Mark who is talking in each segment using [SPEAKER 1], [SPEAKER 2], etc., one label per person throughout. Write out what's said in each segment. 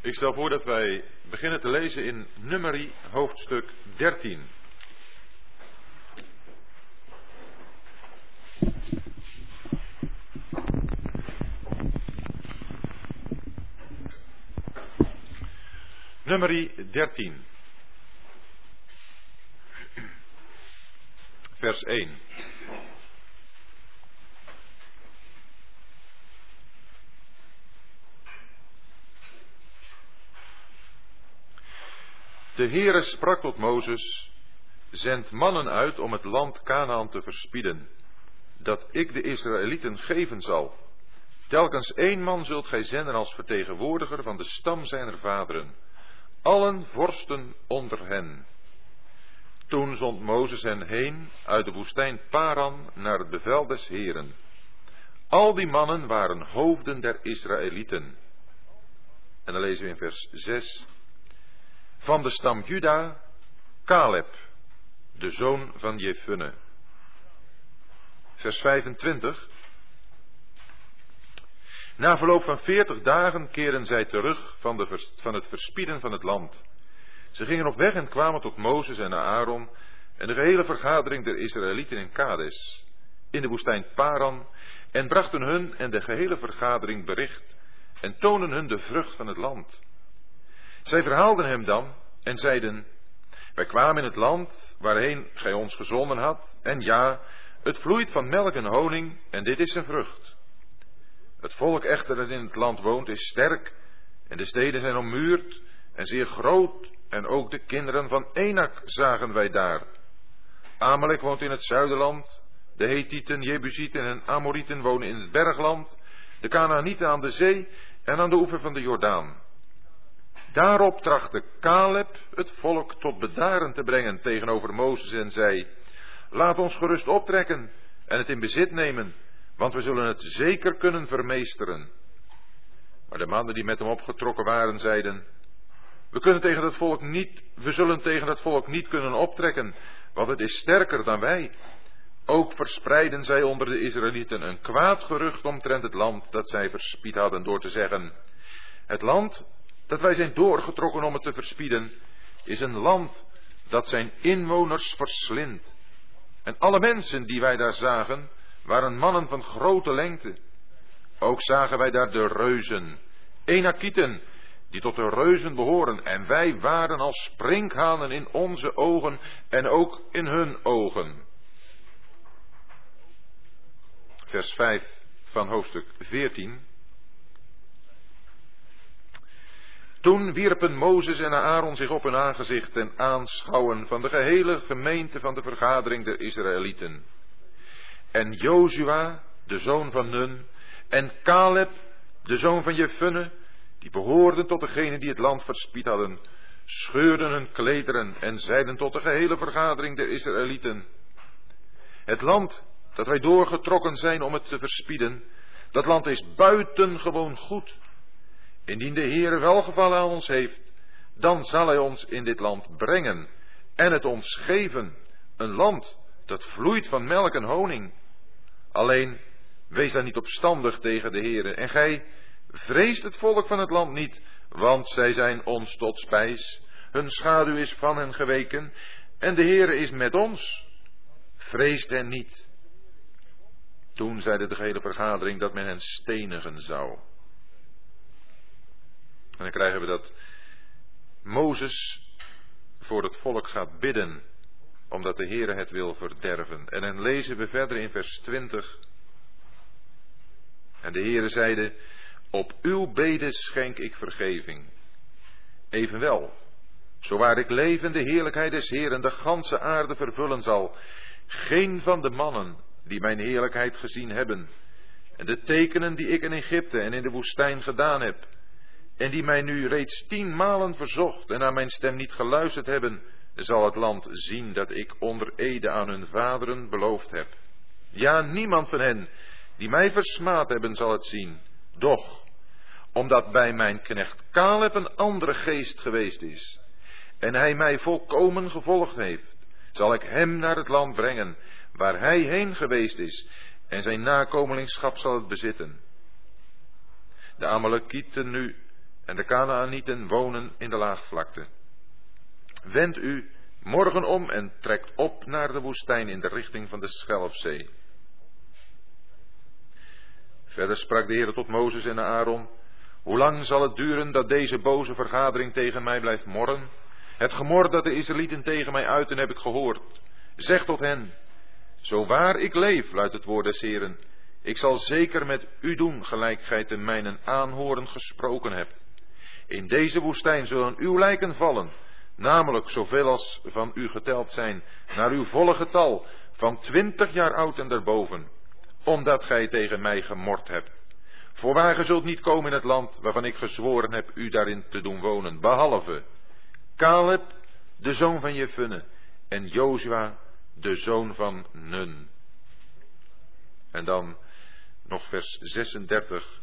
[SPEAKER 1] Ik stel voor dat wij beginnen te lezen in Numeri hoofdstuk 13. Numeri 13. Vers 1. De Heere sprak tot Mozes: zend mannen uit om het land Kanaan te verspieden, dat ik de Israëlieten geven zal. Telkens 1 man zult gij zenden als vertegenwoordiger van de stam zijner vaderen, allen vorsten onder hen. Toen zond Mozes hen heen uit de woestijn Paran naar het bevel des Heeren. Al die mannen waren hoofden der Israëlieten. En dan lezen we in vers 6. Van de stam Juda, Caleb, de zoon van Jefunne. Vers 25. Na verloop van 40 dagen keerden zij terug van het verspieden van het land. Ze gingen op weg en kwamen tot Mozes en Aaron en de gehele vergadering der Israëlieten in Kades, in de woestijn Paran, en brachten hun en de gehele vergadering bericht en toonden hun de vrucht van het land. Zij verhaalden hem dan en zeiden: wij kwamen in het land waarheen gij ons gezonden had, en ja, het vloeit van melk en honing, en dit is zijn vrucht. Het volk echter dat in het land woont is sterk, en de steden zijn ommuurd en zeer groot, en ook de kinderen van Enak zagen wij daar. Amalek woont in het zuiderland, de Hethieten, Jebusieten en Amorieten wonen in het bergland, de Kanaanieten aan de zee en aan de oever van de Jordaan. Daarop trachtte Caleb het volk tot bedaren te brengen tegenover Mozes en zei: laat ons gerust optrekken en het in bezit nemen, want we zullen het zeker kunnen vermeesteren. Maar de mannen die met hem opgetrokken waren zeiden: we zullen tegen dat volk niet kunnen optrekken, want het is sterker dan wij. Ook verspreiden zij onder de Israëlieten een kwaad gerucht omtrent het land dat zij verspied hadden, door te zeggen: het land dat wij zijn doorgetrokken om het te verspieden, is een land dat zijn inwoners verslindt. En alle mensen die wij daar zagen, waren mannen van grote lengte. Ook zagen wij daar de reuzen, Enakieten, die tot de reuzen behoren, en wij waren als sprinkhanen in onze ogen en ook in hun ogen. Vers 5 van hoofdstuk 14. Toen wierpen Mozes en Aaron zich op hun aangezicht ten aanschouwen van de gehele gemeente van de vergadering der Israëlieten. En Jozua, de zoon van Nun, en Caleb, de zoon van Jefunne, die behoorden tot degenen die het land verspied hadden, scheurden hun klederen en zeiden tot de gehele vergadering der Israëlieten: het land dat wij doorgetrokken zijn om het te verspieden, dat land is buitengewoon goed. Indien de Heere welgevallen aan ons heeft, dan zal hij ons in dit land brengen en het ons geven, een land dat vloeit van melk en honing. Alleen, wees dan niet opstandig tegen de Heere, en gij vreest het volk van het land niet, want zij zijn ons tot spijs. Hun schaduw is van hen geweken, en de Heere is met ons. Vreest hen niet. Toen zeide de gehele vergadering dat men hen stenigen zou. En dan krijgen we dat Mozes voor het volk gaat bidden, omdat de Heere het wil verderven. En dan lezen we verder in vers 20. En de Heere zeide: op uw bede schenk ik vergeving. Evenwel, zowaar ik leef en de heerlijkheid des Heeren de ganse aarde vervullen zal, geen van de mannen die mijn heerlijkheid gezien hebben, en de tekenen die ik in Egypte en in de woestijn gedaan heb, en die mij nu reeds 10 malen verzocht en naar mijn stem niet geluisterd hebben, zal het land zien dat ik onder ede aan hun vaderen beloofd heb. Ja, niemand van hen die mij versmaad hebben zal het zien. Doch, omdat bij mijn knecht Caleb een andere geest geweest is, en hij mij volkomen gevolgd heeft, zal ik hem naar het land brengen, waar hij heen geweest is, en zijn nakomelingschap zal het bezitten. De Amalekieten nu en de Kanaanieten wonen in de laagvlakte. Wend u morgen om en trekt op naar de woestijn in de richting van de Schelfzee. Verder sprak de Heer tot Mozes en Aaron: hoe lang zal het duren dat deze boze vergadering tegen mij blijft morren? Het gemor dat de Israëlieten tegen mij uiten heb ik gehoord. Zeg tot hen: zo waar ik leef, luidt het woord des Heeren, ik zal zeker met u doen gelijk gij te mijnen aanhoren gesproken hebt. In deze woestijn zullen uw lijken vallen, namelijk zoveel als van u geteld zijn, naar uw volle getal, van 20 jaar oud en daarboven, omdat gij tegen mij gemord hebt. Voorwaar ge zult niet komen in het land waarvan ik gezworen heb u daarin te doen wonen, behalve Caleb, de zoon van Jefunne, en Jozua, de zoon van Nun. En dan nog vers 36.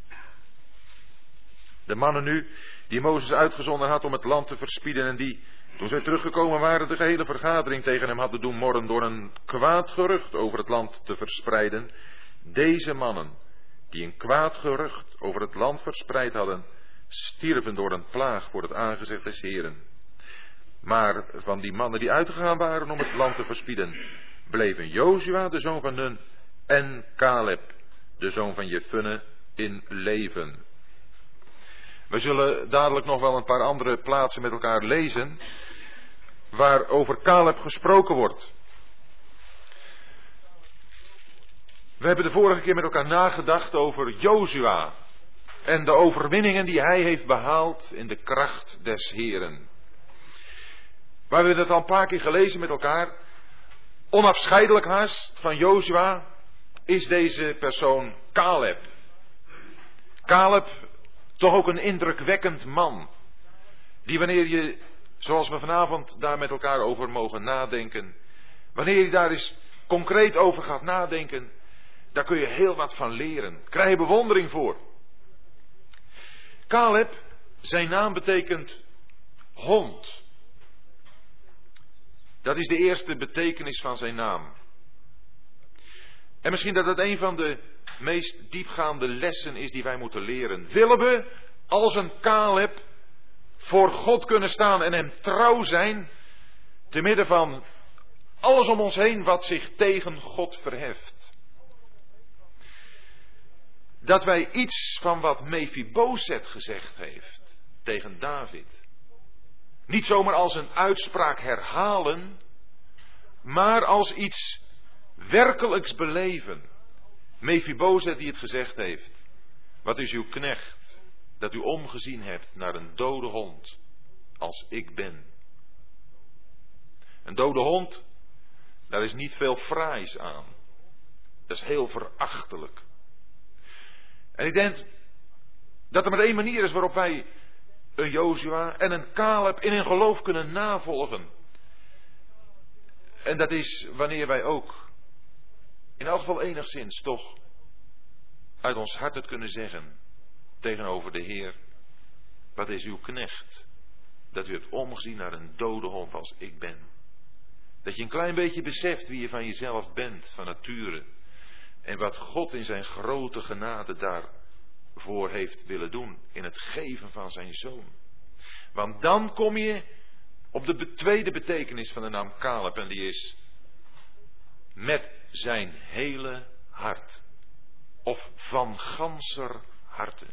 [SPEAKER 1] De mannen nu, die Mozes uitgezonden had om het land te verspieden en die, toen zij teruggekomen waren, de gehele vergadering tegen hem hadden doen morren door een kwaad gerucht over het land te verspreiden. Deze mannen, die een kwaad gerucht over het land verspreid hadden, stierven door een plaag voor het aangezicht des Heeren. Maar van die mannen die uitgegaan waren om het land te verspieden, bleven Jozua, de zoon van Nun, en Caleb, de zoon van Jefunne, in leven. We zullen dadelijk nog wel een paar andere plaatsen met elkaar lezen, waar over Caleb gesproken wordt. We hebben de vorige keer met elkaar nagedacht over Jozua en de overwinningen die hij heeft behaald in de kracht des Heeren. Maar we hebben het al een paar keer gelezen met elkaar. Onafscheidelijk haast van Jozua is deze persoon Caleb. Caleb, toch ook een indrukwekkend man. Die wanneer je, zoals we vanavond daar met elkaar over mogen nadenken, wanneer je daar eens concreet over gaat nadenken, daar kun je heel wat van leren. Krijg je bewondering voor. Caleb, zijn naam betekent hond. Dat is de eerste betekenis van zijn naam. En misschien dat het een van de meest diepgaande lessen is die wij moeten leren. Willen we als een Caleb voor God kunnen staan en hem trouw zijn, te midden van alles om ons heen wat zich tegen God verheft? Dat wij iets van wat Mephibozet gezegd heeft tegen David niet zomaar als een uitspraak herhalen, maar als iets werkelijks beleven. Mephibozet die het gezegd heeft: wat is uw knecht, dat u omgezien hebt naar een dode hond, als ik ben. Een dode hond, daar is niet veel fraais aan. Dat is heel verachtelijk. En ik denk dat er maar één manier is waarop wij een Jozua en een Caleb in hun geloof kunnen navolgen. En dat is wanneer wij ook, in elk geval enigszins toch, uit ons hart het kunnen zeggen tegenover de Heer: wat is uw knecht, dat u hebt omgezien naar een dode hond als ik ben. Dat je een klein beetje beseft wie je van jezelf bent, van nature. En wat God in zijn grote genade daarvoor heeft willen doen. In het geven van zijn zoon. Want dan kom je op de tweede betekenis van de naam Caleb. En die is met zijn hele hart. Of van ganser harte.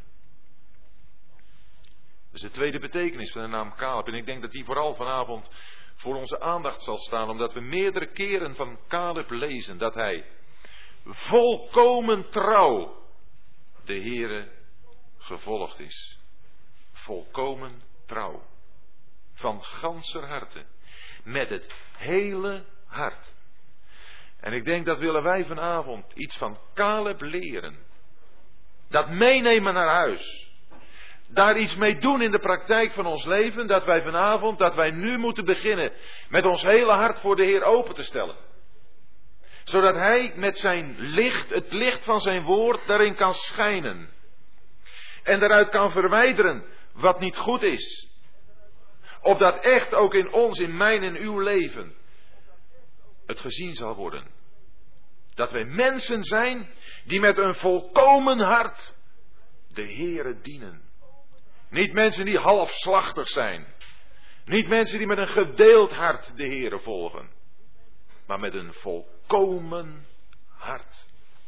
[SPEAKER 1] Dat is de tweede betekenis van de naam Caleb. En ik denk dat die vooral vanavond voor onze aandacht zal staan. Omdat we meerdere keren van Caleb lezen dat hij volkomen trouw de Heere gevolgd is. Volkomen trouw. Van ganser harte. Met het hele hart. En ik denk dat willen wij vanavond iets van Caleb leren. Dat meenemen naar huis. Daar iets mee doen in de praktijk van ons leven. Dat wij vanavond, dat wij nu moeten beginnen met ons hele hart voor de Heer open te stellen. Zodat Hij met zijn licht, het licht van zijn woord, daarin kan schijnen. En daaruit kan verwijderen wat niet goed is. Opdat echt ook in ons, in mijn en uw leven, het gezien zal worden. Dat wij mensen zijn die met een volkomen hart de Heere dienen. Niet mensen die halfslachtig zijn. Niet mensen die met een gedeeld hart de Heere volgen. Maar met een volkomen hart.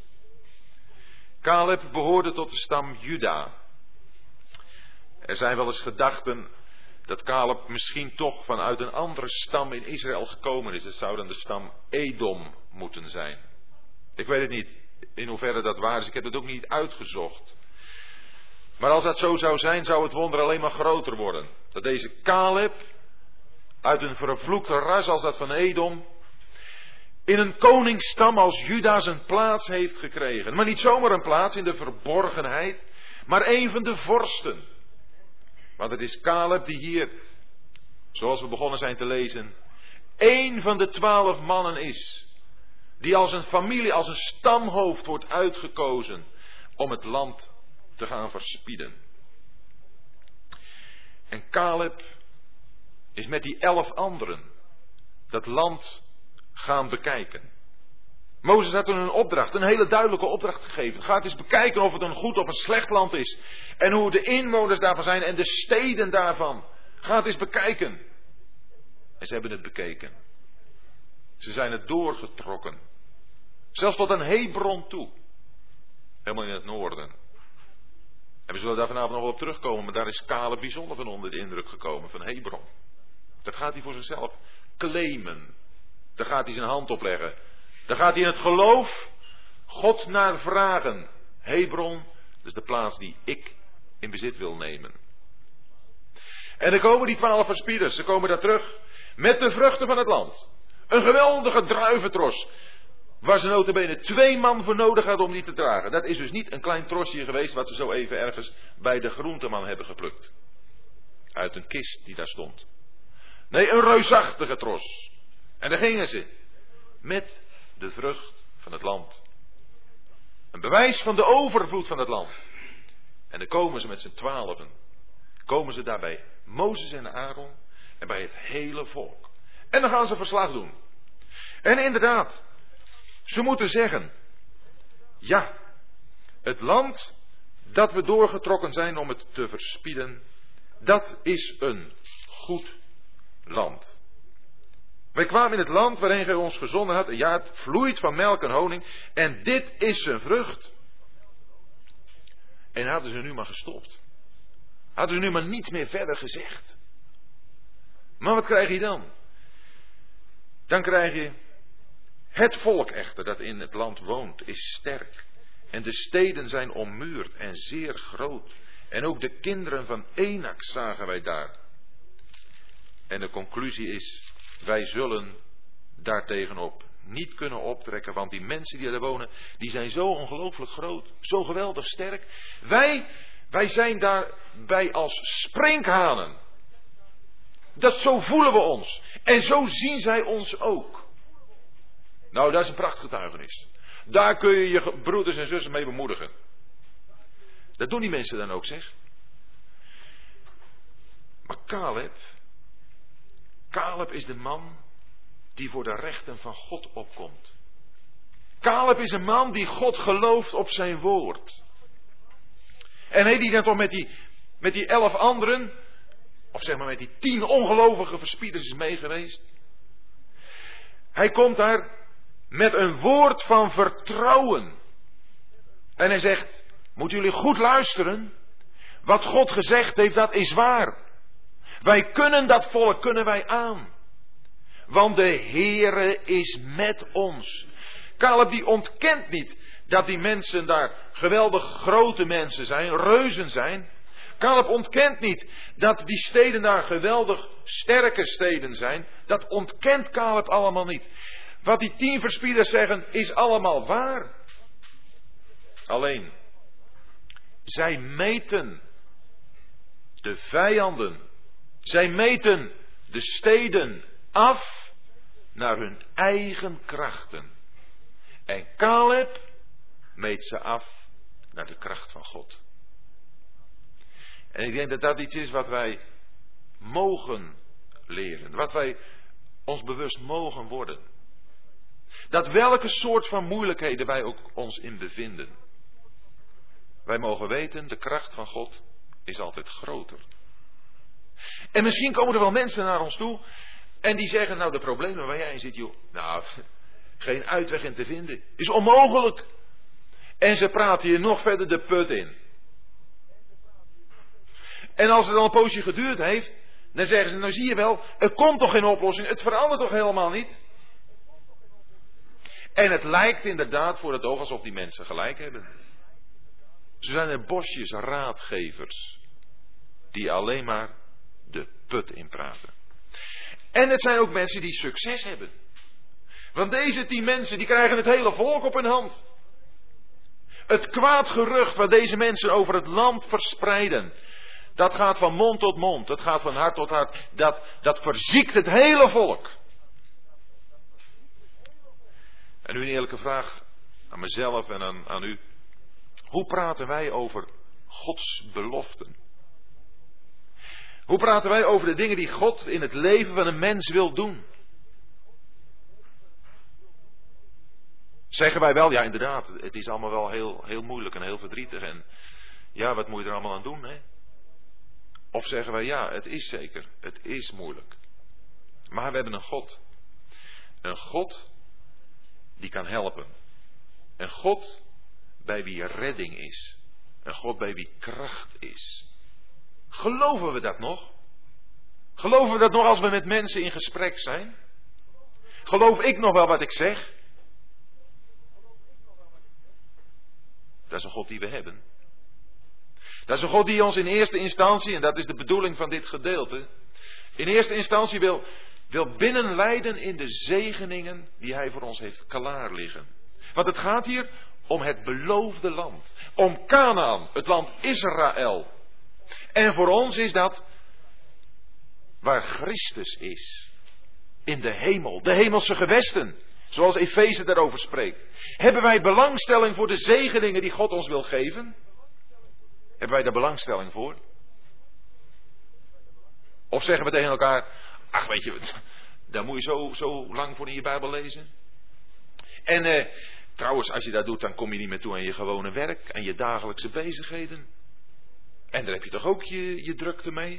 [SPEAKER 1] Caleb behoorde tot de stam Juda. Er zijn wel eens gedachten dat Caleb misschien toch vanuit een andere stam in Israël gekomen is. Het zou dan de stam Edom moeten zijn. Ik weet het niet in hoeverre dat waar is. Ik heb het ook niet uitgezocht. Maar als dat zo zou zijn, zou het wonder alleen maar groter worden. Dat deze Caleb uit een vervloekte ras als dat van Edom in een koningsstam als Juda zijn plaats heeft gekregen. Maar niet zomaar een plaats in de verborgenheid, maar een van de vorsten. Want het is Caleb die hier, zoals we begonnen zijn te lezen, één van de 12 mannen is. Die als een familie, als een stamhoofd wordt uitgekozen om het land te gaan verspieden. En Caleb is met die 11 anderen dat land gaan bekijken. Mozes had toen een opdracht, een hele duidelijke opdracht gegeven. Ga eens bekijken of het een goed of een slecht land is. En hoe de inwoners daarvan zijn en de steden daarvan. Ga het eens bekijken. En ze hebben het bekeken. Ze zijn het doorgetrokken. Zelfs tot aan Hebron toe. Helemaal in het noorden. En we zullen daar vanavond nog wel op terugkomen. Maar daar is Caleb bijzonder van onder de indruk gekomen van Hebron. Dat gaat hij voor zichzelf claimen. Daar gaat hij zijn hand op leggen. Daar gaat hij in het geloof God naar vragen. Hebron, dat is de plaats die ik in bezit wil nemen. En dan komen die 12 verspieders. Ze komen daar terug met de vruchten van het land. Een geweldige druiventros. Waar ze nota bene 2 man voor nodig hadden om die te dragen. Dat is dus niet een klein trosje geweest wat ze zo even ergens bij de groenteman hebben geplukt. Uit een kist die daar stond. Nee, een reusachtige tros. En daar gingen ze. Met de vrucht van het land. Een bewijs van de overvloed van het land. En dan komen ze met z'n 12. Komen ze daar bij Mozes en Aaron. En bij het hele volk. En dan gaan ze verslag doen. En inderdaad. Ze moeten zeggen. Ja. Het land dat we doorgetrokken zijn om het te verspieden. Dat is een goed land. Wij kwamen in het land waarin gij ons gezonden had. Ja, het vloeit van melk en honing. En dit is zijn vrucht. En hadden ze nu maar gestopt. Hadden ze nu maar niets meer verder gezegd. Maar wat krijg je dan? Dan krijg je het volk echter dat in het land woont is sterk. En de steden zijn ommuurd en zeer groot. En ook de kinderen van Enak zagen wij daar. En de conclusie is, wij zullen daartegenop niet kunnen optrekken. Want die mensen die er wonen, die zijn zo ongelooflijk groot. Zo geweldig sterk. Wij zijn daarbij als sprinkhanen. Dat zo voelen we ons. En zo zien zij ons ook. Nou, dat is een prachtgetuigenis. Daar kun je je broeders en zussen mee bemoedigen. Dat doen die mensen dan ook, zeg. Maar Caleb is de man die voor de rechten van God opkomt. Caleb is een man die God gelooft op zijn woord. En heeft hij dan toch met die 11 anderen, of zeg maar met die 10 ongelovige verspieders is meegeweest. Hij komt daar met een woord van vertrouwen. En hij zegt, moeten jullie goed luisteren. Wat God gezegd heeft, dat is waar. Wij kunnen dat volk, kunnen wij aan. Want de Heere is met ons. Caleb die ontkent niet dat die mensen daar geweldig grote mensen zijn, reuzen zijn. Caleb ontkent niet dat die steden daar geweldig sterke steden zijn. Dat ontkent Caleb allemaal niet. Wat die 10 verspieders zeggen is allemaal waar. Alleen, zij meten de vijanden. Zij meten de steden af naar hun eigen krachten. En Caleb meet ze af naar de kracht van God. En ik denk dat dat iets is wat wij mogen leren. Wat wij ons bewust mogen worden. Dat welke soort van moeilijkheden wij ook ons in bevinden. Wij mogen weten, de kracht van God is altijd groter. En misschien komen er wel mensen naar ons toe en die zeggen, nou de problemen waar jij in zit, joh, nou, geen uitweg in te vinden. Is onmogelijk. En ze praten je nog verder de put in. En als het dan een poosje geduurd heeft, dan zeggen ze, nou zie je wel, er komt toch geen oplossing, het verandert toch helemaal niet. En het lijkt inderdaad voor het oog alsof die mensen gelijk hebben. Ze zijn er bosjes raadgevers die alleen maar de put in praten. En het zijn ook mensen die succes hebben. Want deze 10 mensen die krijgen het hele volk op hun hand. Het kwaad gerucht wat deze mensen over het land verspreiden, dat gaat van mond tot mond, dat gaat van hart tot hart, dat verziekt het hele volk. En nu een eerlijke vraag aan mezelf en aan u. Hoe praten wij over Gods beloften? Hoe praten wij over de dingen die God in het leven van een mens wil doen? Zeggen wij wel, ja inderdaad, het is allemaal wel heel moeilijk en heel verdrietig. En ja, wat moet je er allemaal aan doen, hè? Of zeggen wij, ja, het is zeker, het is moeilijk. Maar we hebben een God. Een God die kan helpen. Een God bij wie redding is. Een God bij wie kracht is. Geloven we dat nog? Geloven we dat nog als we met mensen in gesprek zijn? Geloof ik nog wel wat ik zeg? Dat is een God die we hebben. Dat is een God die ons in eerste instantie, en dat is de bedoeling van dit gedeelte, in eerste instantie wil binnenleiden in de zegeningen die Hij voor ons heeft klaar liggen. Want het gaat hier om het beloofde land. Om Kanaan, het land Israël. En voor ons is dat waar Christus is. In de hemel, de hemelse gewesten. Zoals Efeze daarover spreekt. Hebben wij belangstelling voor de zegeningen die God ons wil geven? Hebben wij daar belangstelling voor? Of zeggen we tegen elkaar, ach weet je, daar moet je zo lang voor in je Bijbel lezen. En trouwens, als je dat doet, dan kom je niet meer toe aan je gewone werk en je dagelijkse bezigheden. En daar heb je toch ook je drukte mee.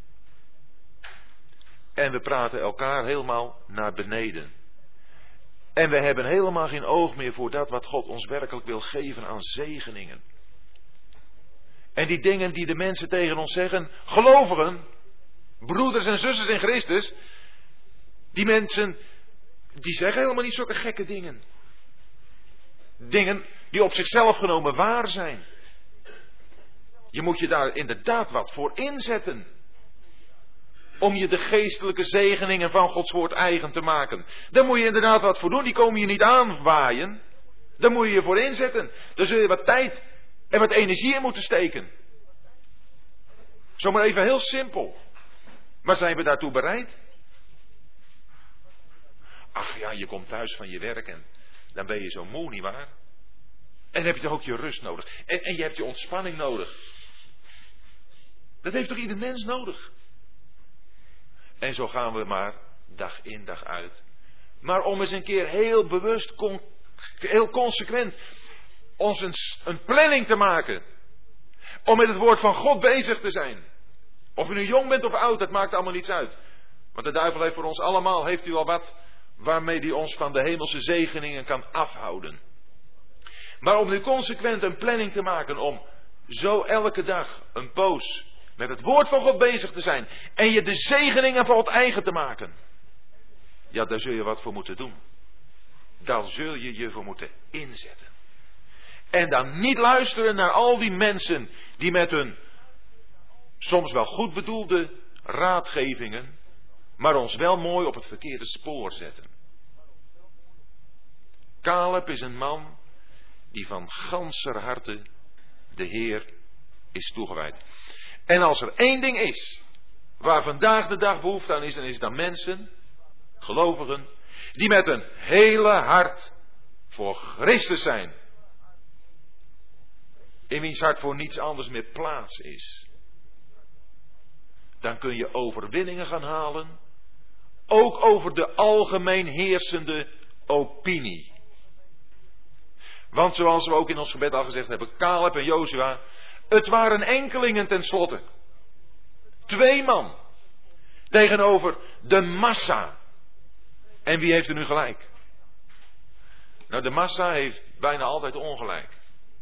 [SPEAKER 1] En we praten elkaar helemaal naar beneden. En we hebben helemaal geen oog meer voor dat wat God ons werkelijk wil geven aan zegeningen. En die dingen die de mensen tegen ons zeggen, gelovigen, broeders en zusters in Christus, die mensen, die zeggen helemaal niet zulke gekke dingen. Dingen die op zichzelf genomen waar zijn. Je moet je daar inderdaad wat voor inzetten. Om je de geestelijke zegeningen van Gods woord eigen te maken. Daar moet je inderdaad wat voor doen. Die komen je niet aanwaaien. Daar moet je je voor inzetten. Daar zul je wat tijd en wat energie in moeten steken. Zomaar even heel simpel. Maar zijn we daartoe bereid? Ach ja, je komt thuis van je werk en dan ben je zo moe, nietwaar? En dan heb je toch ook je rust nodig. En je hebt je ontspanning nodig. Dat heeft toch ieder mens nodig? En zo gaan we maar dag in dag uit. Maar om eens een keer heel bewust, heel consequent ons een planning te maken. Om met het woord van God bezig te zijn. Of je nu jong bent of oud, dat maakt allemaal niets uit. Want de duivel heeft voor ons allemaal, heeft u al wat waarmee hij ons van de hemelse zegeningen kan afhouden. Maar om nu consequent een planning te maken om zo elke dag een poos met het woord van God bezig te zijn. En je de zegeningen van God eigen te maken. Ja, daar zul je wat voor moeten doen. Daar zul je je voor moeten inzetten. En dan niet luisteren naar al die mensen die met hun soms wel goed bedoelde raadgevingen, maar ons wel mooi op het verkeerde spoor zetten. Caleb is een man die van ganser harte de Heer is toegewijd. En als er één ding is waar vandaag de dag behoefte aan is, dan is het aan mensen, gelovigen, die met een hele hart voor Christus zijn. In wiens hart voor niets anders meer plaats is. Dan kun je overwinningen gaan halen. Ook over de algemeen heersende opinie. Want zoals we ook in ons gebed al gezegd hebben, Caleb en Jozua, Het waren enkelingen tenslotte. 2 man. Tegenover de massa. En wie heeft er nu gelijk? Nou, de massa heeft bijna altijd ongelijk.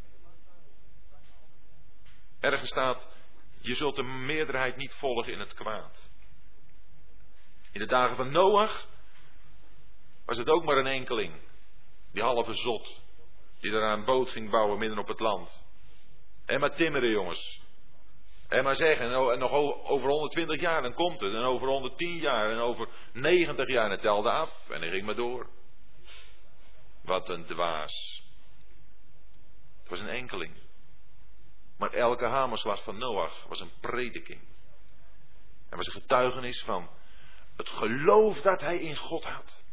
[SPEAKER 1] Ergens staat, je zult de meerderheid niet volgen in het kwaad. In de dagen van Noach was het ook maar een enkeling. Die halve zot. Die daar een boot ging bouwen midden op het land. En maar timmeren, jongens. En maar zeggen, en nog over 120 jaar, dan komt het. En over 110 jaar, en over 90 jaar, en het telde af. En hij ging maar door. Wat een dwaas. Het was een enkeling. Maar elke hamerslag van Noach was een prediking. En was een getuigenis van het geloof dat hij in God had.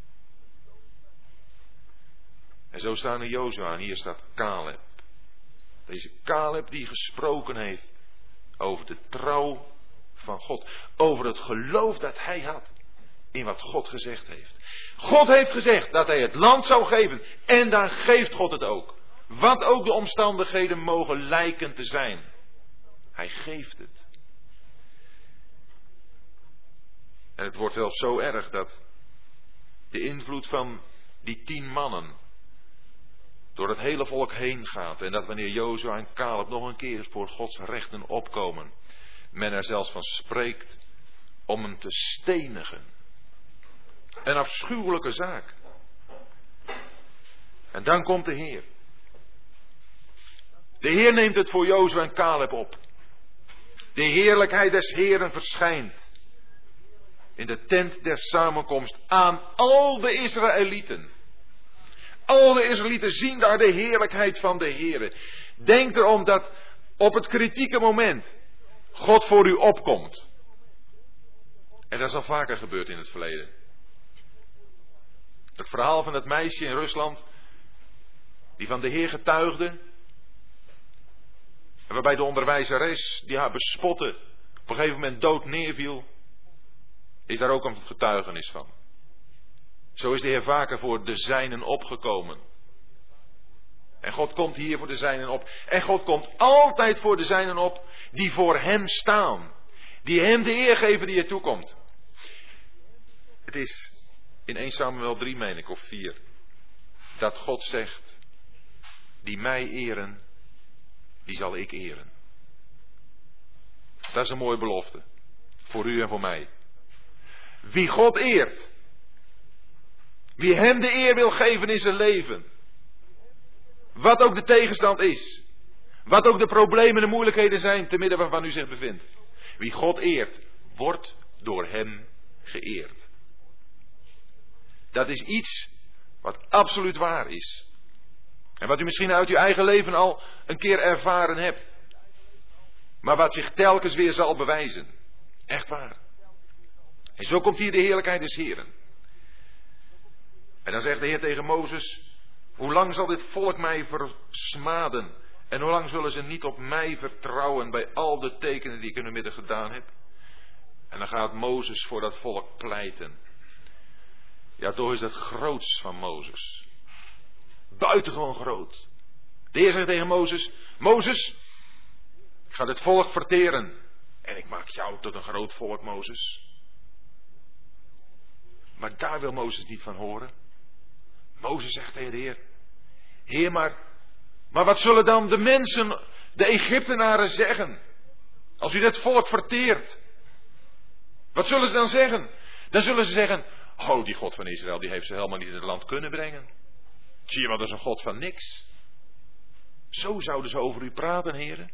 [SPEAKER 1] En zo staan er Jozua en hier staat Caleb. Deze Caleb die gesproken heeft over de trouw van God. Over het geloof dat hij had in wat God gezegd heeft. God heeft gezegd dat hij het land zou geven. En dan geeft God het ook. Wat ook de omstandigheden mogen lijken te zijn. Hij geeft het. En het wordt wel zo erg dat de invloed van die 10 mannen door het hele volk heen gaat. En dat wanneer Jozua en Caleb nog een keer voor Gods rechten opkomen, men er zelfs van spreekt om hem te stenigen. Een afschuwelijke zaak. En dan komt de Heer. De Heer neemt het voor Jozua en Caleb op. De heerlijkheid des Heeren verschijnt in de tent der samenkomst aan al de Israëlieten. Al de Israëlieten zien daar de heerlijkheid van de Heere. Denk erom dat op het kritieke moment God voor u opkomt. En dat is al vaker gebeurd in het verleden. Het verhaal van het meisje in Rusland die van de Heer getuigde. En waarbij de onderwijzeres die haar bespotte op een gegeven moment dood neerviel. Is daar ook een getuigenis van. Zo is de Heer vaker voor de zijnen opgekomen. En God komt hier voor de zijnen op. En God komt altijd voor de zijnen op die voor hem staan. Die hem de eer geven die er toekomt. Het is in 1 Samuel 3 meen ik, of 4. Dat God zegt, die mij eren, die zal ik eren. Dat is een mooie belofte. Voor u en voor mij. Wie God eert. Wie hem de eer wil geven in zijn leven. Wat ook de tegenstand is. Wat ook de problemen en de moeilijkheden zijn te midden waarvan u zich bevindt. Wie God eert, wordt door hem geëerd. Dat is iets wat absoluut waar is. En wat u misschien uit uw eigen leven al een keer ervaren hebt. Maar wat zich telkens weer zal bewijzen. Echt waar. En zo komt hier de heerlijkheid des Heren. En dan zegt de Heer tegen Mozes, hoe lang zal dit volk mij versmaden? En hoe lang zullen ze niet op mij vertrouwen bij al de tekenen die ik in hun midden gedaan heb? En dan gaat Mozes voor dat volk pleiten. Ja, toch is dat groots van Mozes. Buitengewoon groot. De Heer zegt tegen Mozes, Mozes, ik ga dit volk verteren. En ik maak jou tot een groot volk, Mozes. Maar daar wil Mozes niet van horen. Mozes zegt tegen de Heer, Heer, maar wat zullen dan de mensen, de Egyptenaren zeggen? Als u dit volk verteert. Wat zullen ze dan zeggen? Dan zullen ze zeggen, oh, die God van Israël, die heeft ze helemaal niet in het land kunnen brengen. Zie je wel, dat is een God van niks. Zo zouden ze over u praten, heren.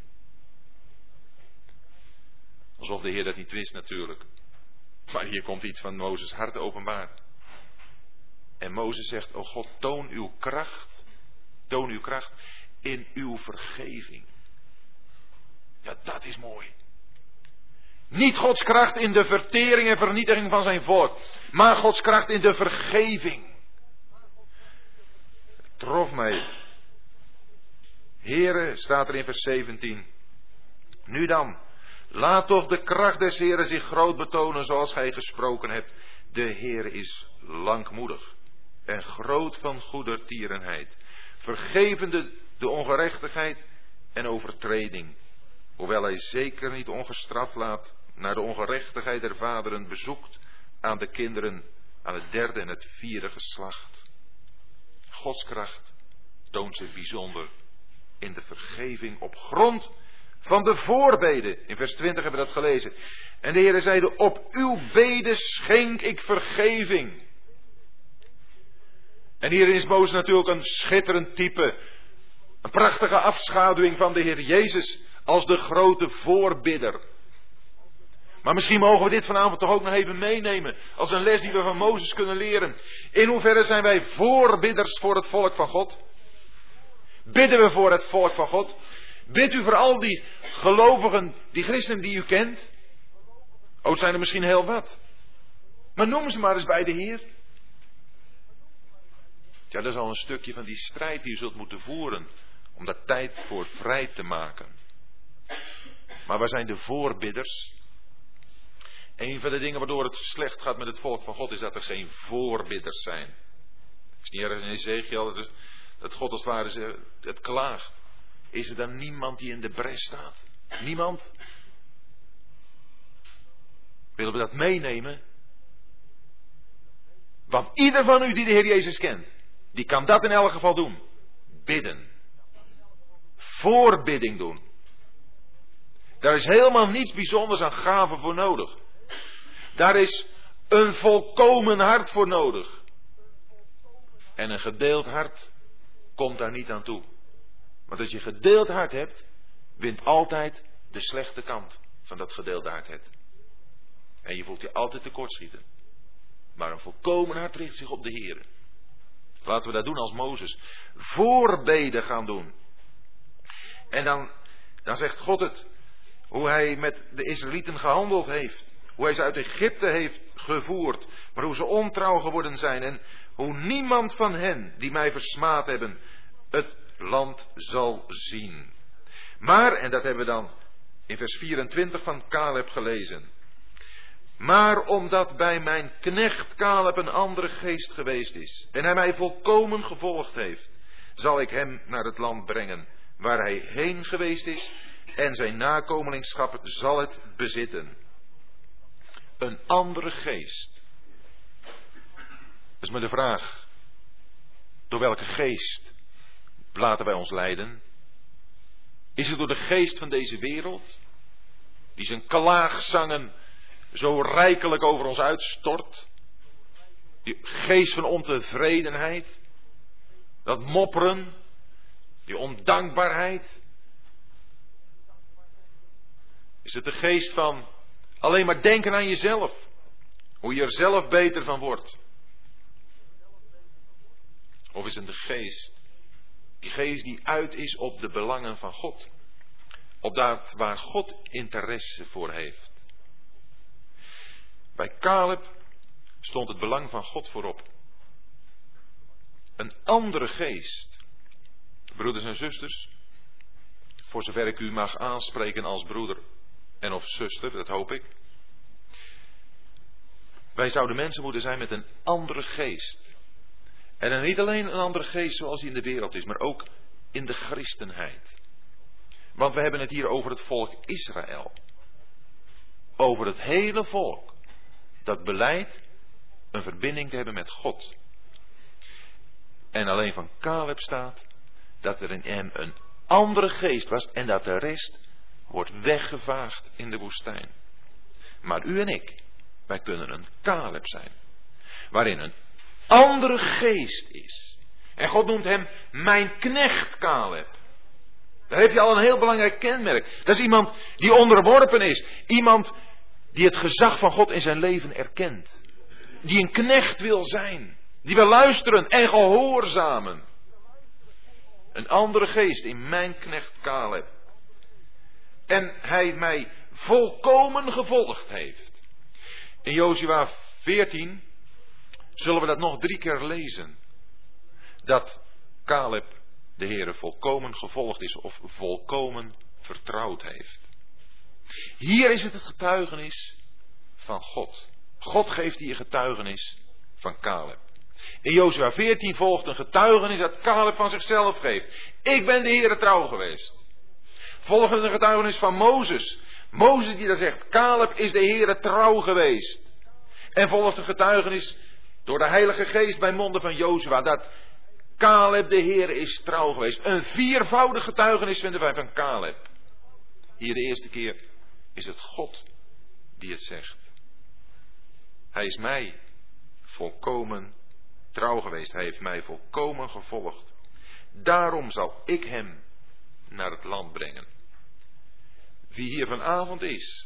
[SPEAKER 1] Alsof de Heer dat niet wist natuurlijk. Maar hier komt iets van Mozes hart openbaar. En Mozes zegt, o God, toon uw kracht in uw vergeving. Ja, dat is mooi. Niet Gods kracht in de vertering en vernietiging van zijn volk, maar Gods kracht in de vergeving. Het trof mij. Here, staat er in vers 17. Nu dan, laat toch de kracht des Heren zich groot betonen zoals gij gesproken hebt. De Heer is langmoedig en groot van goedertierenheid, vergevende de ongerechtigheid en overtreding, hoewel hij zeker niet ongestraft laat naar de ongerechtigheid der vaderen bezoekt aan de kinderen, aan het derde en het vierde geslacht. Gods kracht toont zich bijzonder in de vergeving op grond van de voorbeden. In vers 20 hebben we dat gelezen. En de Heere zeide, op uw beden schenk ik vergeving. En hierin is Mozes natuurlijk een schitterend type. Een prachtige afschaduwing van de Heer Jezus als de grote voorbidder. Maar misschien mogen we dit vanavond toch ook nog even meenemen als een les die we van Mozes kunnen leren. In hoeverre zijn wij voorbidders voor het volk van God? Bidden we voor het volk van God? Bidt u voor al die gelovigen, die christenen die u kent? Oh, het zijn er misschien heel wat. Maar noem ze maar eens bij de Heer. Ja, dat is al een stukje van die strijd die u zult moeten voeren om daar tijd voor vrij te maken. Maar waar zijn de voorbidders? Een van de dingen waardoor het slecht gaat met het volk van God is dat er geen voorbidders zijn. Het is niet ergens in Ezekiel dat God als het ware het klaagt. Is er dan niemand die in de bres staat? Niemand? Willen we dat meenemen? Want ieder van u die de Heer Jezus kent, die kan dat in elk geval doen. Bidden. Voorbidding doen. Daar is helemaal niets bijzonders aan gaven voor nodig. Daar is een volkomen hart voor nodig. En een gedeeld hart komt daar niet aan toe. Want als je gedeeld hart hebt, wint altijd de slechte kant van dat gedeelde hart het. En je voelt je altijd tekortschieten. Maar een volkomen hart richt zich op de Heer. Laten we dat doen als Mozes. Voorbeden gaan doen. En dan zegt God het. Hoe hij met de Israëlieten gehandeld heeft. Hoe hij ze uit Egypte heeft gevoerd. Maar hoe ze ontrouw geworden zijn. En hoe niemand van hen die mij versmaad hebben het land zal zien. Maar, en dat hebben we dan in vers 24 van Caleb gelezen. Maar omdat bij mijn knecht Caleb een andere geest geweest is. En hij mij volkomen gevolgd heeft. Zal ik hem naar het land brengen waar hij heen geweest is. En zijn nakomelingschap zal het bezitten. Een andere geest. Dat is maar de vraag. Door welke geest laten wij ons leiden? Is het door de geest van deze wereld? Die zijn klaagzangen zo rijkelijk over ons uitstort? Die geest van ontevredenheid? Dat mopperen? Die ondankbaarheid? Is het de geest van alleen maar denken aan jezelf? Hoe je er zelf beter van wordt? Of is het de geest? Die geest die uit is op de belangen van God. Op dat waar God interesse voor heeft. Bij Caleb stond het belang van God voorop. Een andere geest. Broeders en zusters. Voor zover ik u mag aanspreken als broeder en of zuster, dat hoop ik. Wij zouden mensen moeten zijn met een andere geest. En dan niet alleen een andere geest zoals die in de wereld is, maar ook in de christenheid. Want we hebben het hier over het volk Israël. Over het hele volk. Dat belijdt een verbinding te hebben met God. En alleen van Caleb staat dat er in hem een andere geest was en dat de rest wordt weggevaagd in de woestijn. Maar u en ik, wij kunnen een Caleb zijn. Waarin een andere geest is. En God noemt hem mijn knecht Caleb. Daar heb je al een heel belangrijk kenmerk. Dat is iemand die onderworpen is. Iemand die het gezag van God in zijn leven erkent. Die een knecht wil zijn. Die wil luisteren en gehoorzamen. Een andere geest in mijn knecht Caleb. En hij mij volkomen gevolgd heeft. In Jozua 14 zullen we dat nog 3 keer lezen. Dat Caleb de Heere volkomen gevolgd is of volkomen vertrouwd heeft. Hier is het getuigenis van God. God geeft hier getuigenis van Caleb. In Jozua 14 volgt een getuigenis dat Caleb van zichzelf geeft. Ik ben de Heere trouw geweest. Volgende de getuigenis van Mozes. Mozes die daar zegt, Caleb is de Heere trouw geweest. En volgt de getuigenis door de Heilige Geest bij monden van Jozua, dat Caleb de Heere is trouw geweest. Een viervoudig getuigenis vinden wij van Caleb. Hier de eerste keer is het God die het zegt. Hij is mij volkomen trouw geweest. Hij heeft mij volkomen gevolgd. Daarom zal ik hem naar het land brengen. Wie hier vanavond is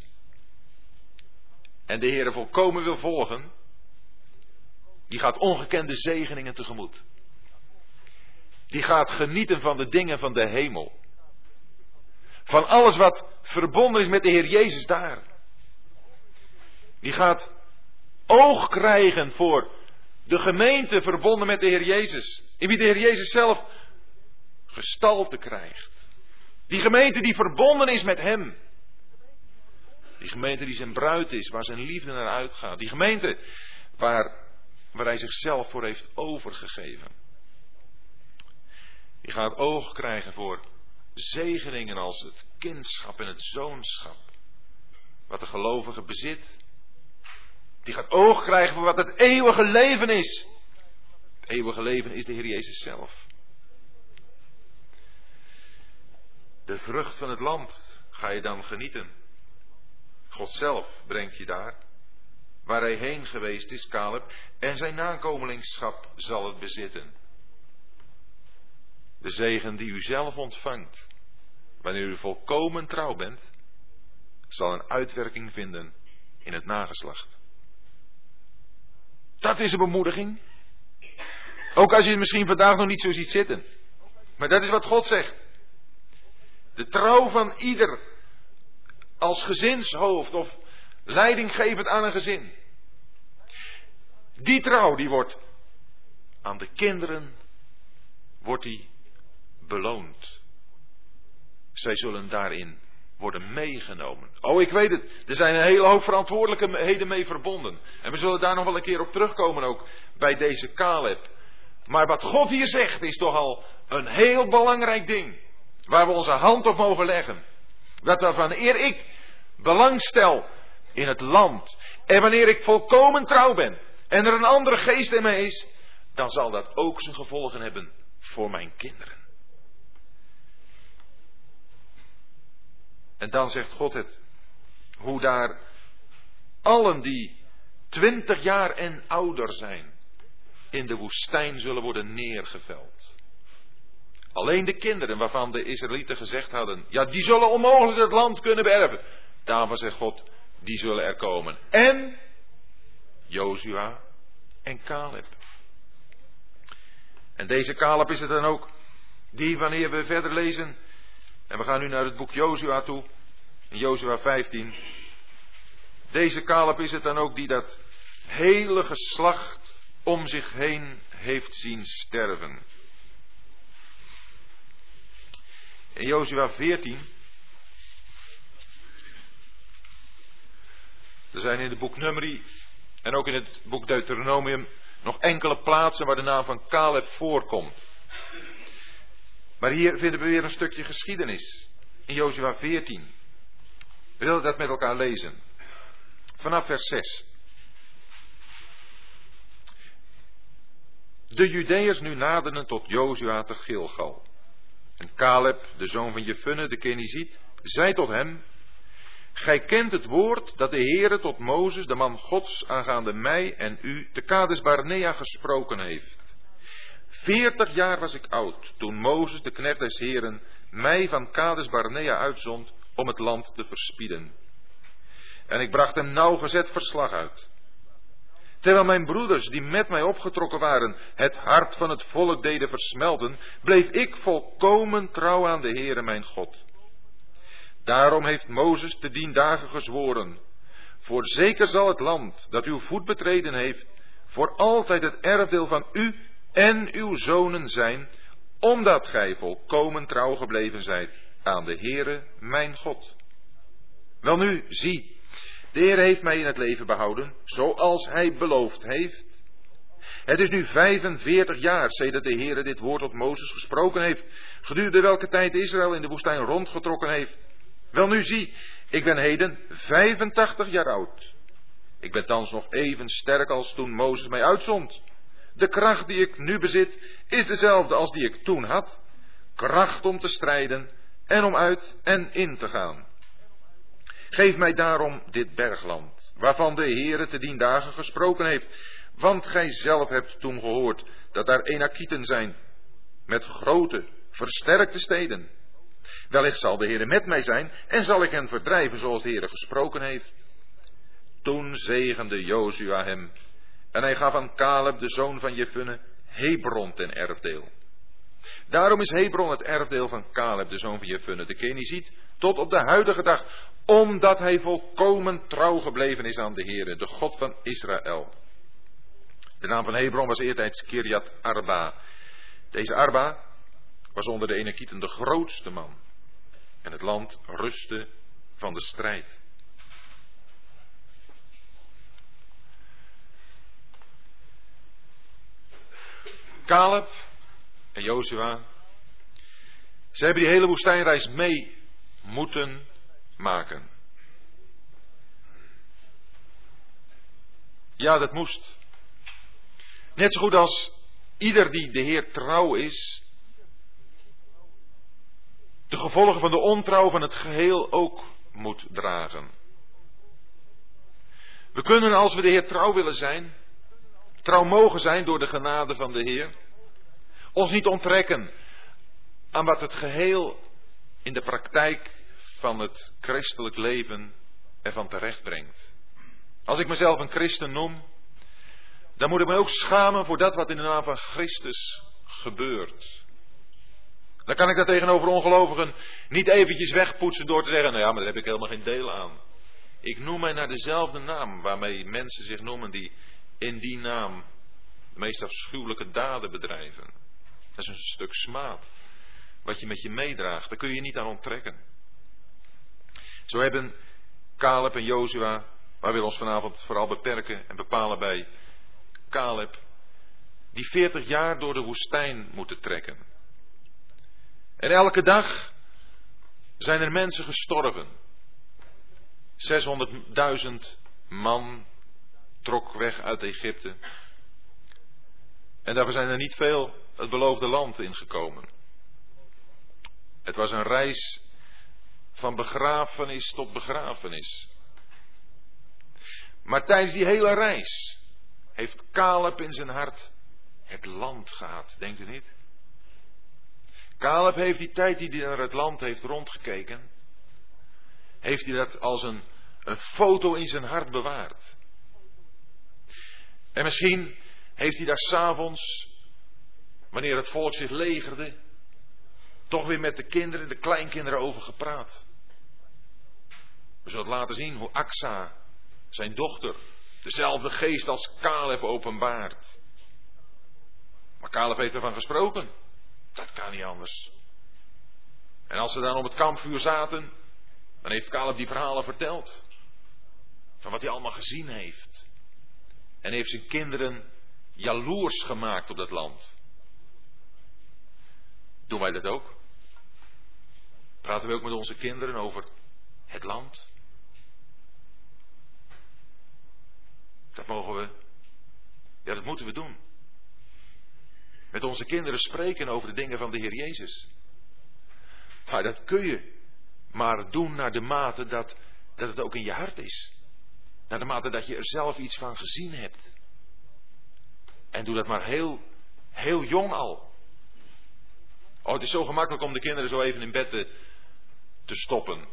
[SPEAKER 1] en de Heere volkomen wil volgen, die gaat ongekende zegeningen tegemoet. Die gaat genieten van de dingen van de hemel. Van alles wat verbonden is met de Heer Jezus daar. Die gaat oog krijgen voor de gemeente verbonden met de Heer Jezus. In wie de Heer Jezus zelf gestalte krijgt. Die gemeente die verbonden is met hem. Die gemeente die zijn bruid is, waar zijn liefde naar uitgaat. Die gemeente waar hij zichzelf voor heeft overgegeven. Die gaat oog krijgen voor zegeningen als het kindschap en het zoonschap. Wat de gelovige bezit. Die gaat oog krijgen voor wat het eeuwige leven is. Het eeuwige leven is de Heer Jezus zelf. De vrucht van het land ga je dan genieten. God zelf brengt je daar. Waar hij heen geweest is, Caleb. En zijn nakomelingschap zal het bezitten. De zegen die u zelf ontvangt, wanneer u volkomen trouw bent, zal een uitwerking vinden in het nageslacht. Dat is een bemoediging. Ook als je het misschien vandaag nog niet zo ziet zitten. Maar dat is wat God zegt. De trouw van ieder als gezinshoofd of leidinggevend aan een gezin. Die trouw die wordt aan de kinderen wordt die beloond. Zij zullen daarin worden meegenomen. Oh, ik weet het. Er zijn een hele hoop verantwoordelijkheden mee verbonden. En we zullen daar nog wel een keer op terugkomen ook bij deze Caleb. Maar wat God hier zegt is toch al een heel belangrijk ding. Waar we onze hand op mogen leggen. Dat wanneer ik belang stel in het land. En wanneer ik volkomen trouw ben. En er een andere geest in mij is. Dan zal dat ook zijn gevolgen hebben voor mijn kinderen. En dan zegt God het. Hoe daar allen die 20 jaar en ouder zijn. In de woestijn zullen worden neergeveld. Alleen de kinderen waarvan de Israëlieten gezegd hadden. Ja, die zullen onmogelijk het land kunnen beërven. Daarvan zegt God. Die zullen er komen. En Jozua en Caleb. En deze Caleb is het dan ook. Die wanneer we verder lezen. En we gaan nu naar het boek Jozua toe. In Jozua 15. Deze Caleb is het dan ook die dat hele geslacht om zich heen heeft zien sterven. In Jozua 14. Er zijn in het boek Numeri en ook in het boek Deuteronomium nog enkele plaatsen waar de naam van Caleb voorkomt. Maar hier vinden we weer een stukje geschiedenis. In Jozua 14. We willen dat met elkaar lezen. Vanaf vers 6. De Judeërs nu naderden tot Jozua te Gilgal. En Caleb, de zoon van Jefunne, de Keniziet, zei tot hem: Gij kent het woord dat de Heere tot Mozes, de man Gods, aangaande mij en u, te Kades Barnea gesproken heeft. 40 jaar was ik oud, toen Mozes, de knecht des Heeren, mij van Kades Barnea uitzond om het land te verspieden. En ik bracht hem nauwgezet verslag uit. Terwijl mijn broeders, die met mij opgetrokken waren, het hart van het volk deden versmelten, bleef ik volkomen trouw aan de Heere mijn God. Daarom heeft Mozes te dien dagen gezworen: Voorzeker zal het land dat uw voet betreden heeft, voor altijd het erfdeel van u en uw zonen zijn, omdat gij volkomen trouw gebleven zijt aan de Heere mijn God. Welnu, zie, de Heer heeft mij in het leven behouden, zoals hij beloofd heeft. Het is nu 45 jaar sedert de Heere dit woord tot Mozes gesproken heeft, gedurende welke tijd Israël in de woestijn rondgetrokken heeft. Wel nu zie, ik ben heden 85 jaar oud. Ik ben thans nog even sterk als toen Mozes mij uitzond. De kracht die ik nu bezit is dezelfde als die ik toen had. Kracht om te strijden en om uit en in te gaan. Geef mij daarom dit bergland, waarvan de Heere te dien dagen gesproken heeft. Want gij zelf hebt toen gehoord dat daar Enakieten zijn, met grote, versterkte steden. Wellicht zal de Heere met mij zijn en zal ik hen verdrijven zoals de Heere gesproken heeft. Toen zegende Jozua hem en hij gaf aan Caleb, de zoon van Jefunne, Hebron ten erfdeel. Daarom is Hebron het erfdeel van Caleb, de zoon van Jefunne, de Keniziet, tot op de huidige dag, omdat hij volkomen trouw gebleven is aan de Heere, de God van Israël. De naam van Hebron was eertijds Kirjat Arba. Deze Arba was onder de Enakieten de grootste man. En het land rustte van de strijd. Caleb en Jozua, ze hebben die hele woestijnreis mee moeten maken. Ja, dat moest. Net zo goed als ieder die de Heer trouw is, de gevolgen van de ontrouw van het geheel ook moet dragen. We kunnen, als we de Heer trouw willen zijn, trouw mogen zijn door de genade van de Heer, ons niet onttrekken aan wat het geheel in de praktijk van het christelijk leven ervan terecht brengt. Als ik mezelf een christen noem, dan moet ik me ook schamen voor dat wat in de naam van Christus gebeurt. Dan kan ik dat tegenover ongelovigen niet eventjes wegpoetsen door te zeggen, nou ja, maar daar heb ik helemaal geen deel aan. Ik noem mij naar dezelfde naam waarmee mensen zich noemen die in die naam de meest afschuwelijke daden bedrijven. Dat is een stuk smaad wat je met je meedraagt. Daar kun je je niet aan onttrekken. Zo hebben Caleb en Jozua, maar we willen ons vanavond vooral beperken en bepalen bij Caleb, die 40 jaar door de woestijn moeten trekken. En elke dag zijn er mensen gestorven. 600.000 man trok weg uit Egypte. En daarvoor zijn er niet veel het beloofde land ingekomen. Het was een reis van begrafenis tot begrafenis. Maar tijdens die hele reis heeft Caleb in zijn hart het land gehad, denkt u niet? Caleb heeft die tijd die hij naar het land heeft rondgekeken, heeft hij dat als een foto in zijn hart bewaard. En misschien heeft hij daar 's avonds, wanneer het volk zich legerde, toch weer met de kinderen, de kleinkinderen over gepraat. We zullen het laten zien hoe Aksa, zijn dochter, dezelfde geest als Caleb openbaart. Maar Caleb heeft ervan gesproken. Dat kan niet anders. En als ze dan om het kampvuur zaten, dan heeft Caleb die verhalen verteld. Van wat hij allemaal gezien heeft. En heeft zijn kinderen jaloers gemaakt op dat land. Doen wij dat ook? Praten we ook met onze kinderen over het land? Dat mogen we, ja, dat moeten we doen. Met onze kinderen spreken over de dingen van de Heer Jezus. Maar dat kun je maar doen naar de mate dat het ook in je hart is. Naar de mate dat je er zelf iets van gezien hebt. En doe dat maar heel jong al. Oh, het is zo gemakkelijk om de kinderen zo even in bed te stoppen.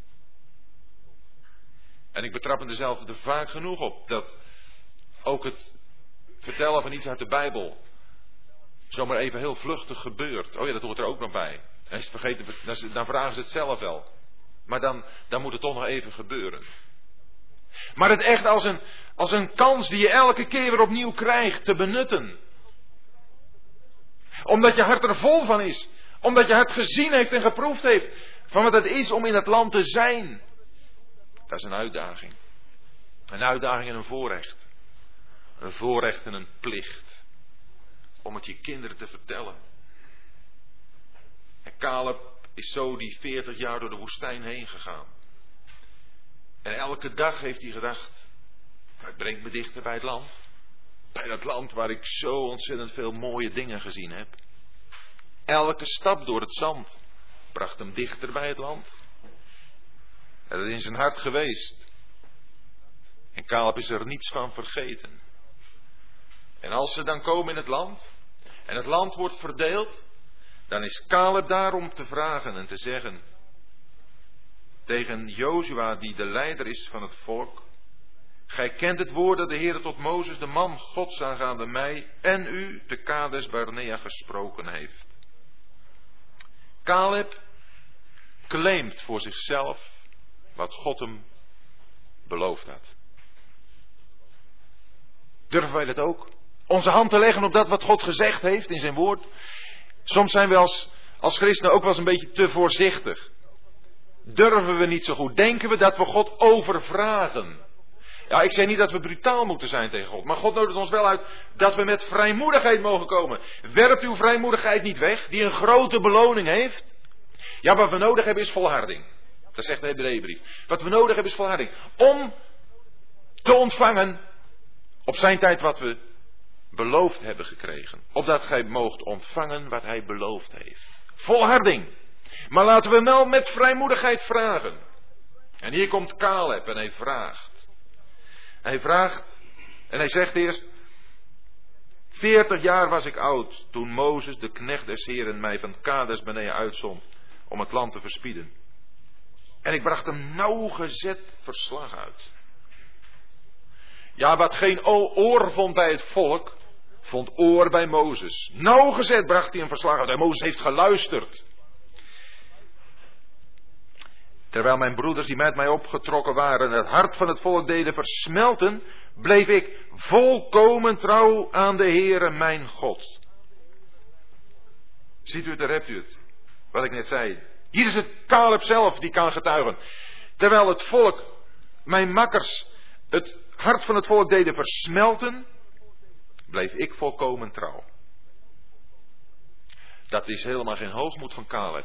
[SPEAKER 1] En ik betrap me er zelf er vaak genoeg op dat ook het vertellen van iets uit de Bijbel zomaar even heel vluchtig gebeurt. Oh ja, dat hoort er ook nog bij. En als je het vergeten, dan vragen ze het zelf wel. Maar dan moet het toch nog even gebeuren. Maar het echt als een kans die je elke keer weer opnieuw krijgt te benutten. Omdat je hart er vol van is. Omdat je hart gezien heeft en geproefd heeft van wat het is om in het land te zijn. Dat is een uitdaging. Een uitdaging en een voorrecht. een voorrecht en een plicht om het je kinderen te vertellen. En Caleb is zo die 40 jaar door de woestijn heen gegaan. En elke dag heeft hij gedacht, het brengt me dichter bij het land. Bij dat land waar ik zo ontzettend veel mooie dingen gezien heb. Elke stap door het zand bracht hem dichter bij het land. En dat is in zijn hart geweest. En Caleb is er niets van vergeten. En als ze dan komen in het land, en het land wordt verdeeld, dan is Caleb daar om te vragen en te zeggen tegen Jozua, die de leider is van het volk: gij kent het woord dat de Heer tot Mozes, de man Gods, aangaande mij en u te Kades Barnea gesproken heeft. Caleb claimt voor zichzelf wat God hem beloofd had. Durven wij dat ook? Onze hand te leggen op dat wat God gezegd heeft in zijn woord? Soms zijn we als christenen ook wel eens een beetje te voorzichtig. Durven we niet zo goed? Denken we dat we God overvragen? Ja, ik zeg niet dat we brutaal moeten zijn tegen God. Maar God nodigt ons wel uit dat we met vrijmoedigheid mogen komen. Werpt uw vrijmoedigheid niet weg, die een grote beloning heeft. Ja, wat we nodig hebben is volharding. Dat zegt de Hebreeënbrief. Wat we nodig hebben is volharding. Om te ontvangen op zijn tijd wat we beloofd hebben gekregen. Opdat gij moogt ontvangen wat hij beloofd heeft. Volharding. Maar laten we wel met vrijmoedigheid vragen. En hier komt Caleb en hij vraagt. Hij vraagt en hij zegt eerst: 40 jaar was ik oud toen Mozes, de knecht des Heren, mij van Kades Barnea uitzond om het land te verspieden. En ik bracht hem nauwgezet verslag uit. Ja, wat geen oor vond bij het volk, vond oor bij Mozes. Nauwgezet bracht hij een verslag uit. En Mozes heeft geluisterd. Terwijl mijn broeders die met mij opgetrokken waren het hart van het volk deden versmelten, bleef ik volkomen trouw aan de Heere mijn God. Ziet u het, daar hebt u het. Wat ik net zei. Hier is het Caleb zelf die kan getuigen. Terwijl het volk, mijn makkers, het hart van het volk deden versmelten, bleef ik volkomen trouw. Dat is helemaal geen hoogmoed van Caleb.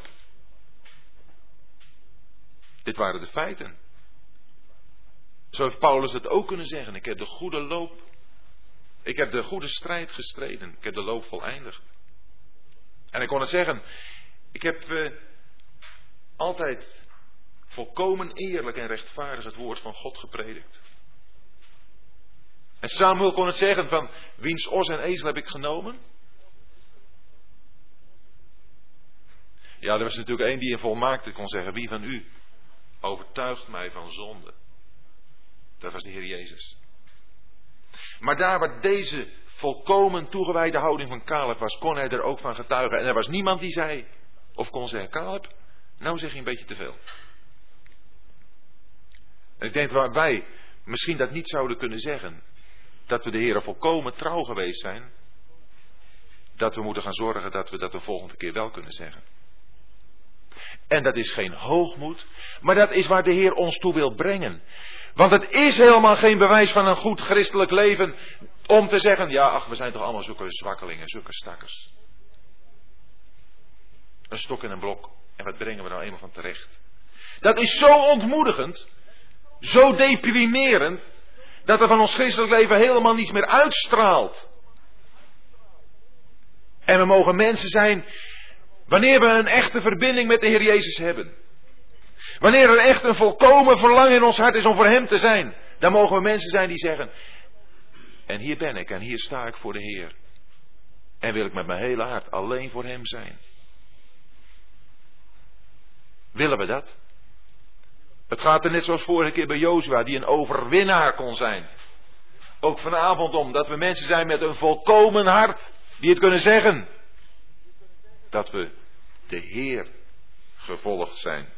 [SPEAKER 1] Dit waren de feiten. Zo heeft Paulus het ook kunnen zeggen. Ik heb de goede loop. Ik heb de goede strijd gestreden. Ik heb de loop voleindigd. En ik kon het zeggen. Ik heb altijd volkomen eerlijk en rechtvaardig het woord van God gepredikt. En Samuel kon het zeggen van: wiens os en ezel heb ik genomen? Ja, er was natuurlijk één die in volmaakte kon zeggen: wie van u overtuigt mij van zonde? Dat was de Heer Jezus. Maar daar waar deze volkomen toegewijde houding van Caleb was, kon hij er ook van getuigen. En er was niemand die zei of kon zeggen: Caleb, nou zeg je een beetje te veel. En ik denk waar wij misschien dat niet zouden kunnen zeggen, dat we de Heer volkomen trouw geweest zijn, dat we moeten gaan zorgen dat we dat de volgende keer wel kunnen zeggen. En dat is geen hoogmoed, maar dat is waar de Heer ons toe wil brengen. Want het is helemaal geen bewijs van een goed christelijk leven om te zeggen: ja, ach, we zijn toch allemaal zulke zwakkelingen, zulke stakkers. Een stok en een blok, en wat brengen we nou eenmaal van terecht? Dat is zo ontmoedigend, zo deprimerend, dat er van ons christelijk leven helemaal niets meer uitstraalt. En we mogen mensen zijn, wanneer we een echte verbinding met de Heer Jezus hebben, wanneer er echt een volkomen verlangen in ons hart is om voor Hem te zijn, dan mogen we mensen zijn die zeggen: en hier ben ik en hier sta ik voor de Heer. En wil ik met mijn hele hart alleen voor Hem zijn. Willen we dat? Het gaat er net zoals vorige keer bij Jozua, die een overwinnaar kon zijn. Ook vanavond om dat we mensen zijn met een volkomen hart, die het kunnen zeggen. Dat we de Heer gevolgd zijn.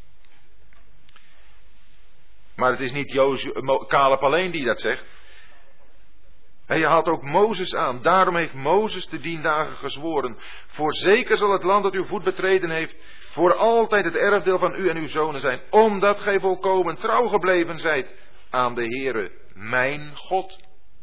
[SPEAKER 1] Maar het is niet Caleb alleen die dat zegt. Hij haalt ook Mozes aan. Daarom heeft Mozes te dien dagen gezworen: voorzeker zal het land dat uw voet betreden heeft voor altijd het erfdeel van u en uw zonen zijn, omdat gij volkomen trouw gebleven zijt aan de Heere, mijn God.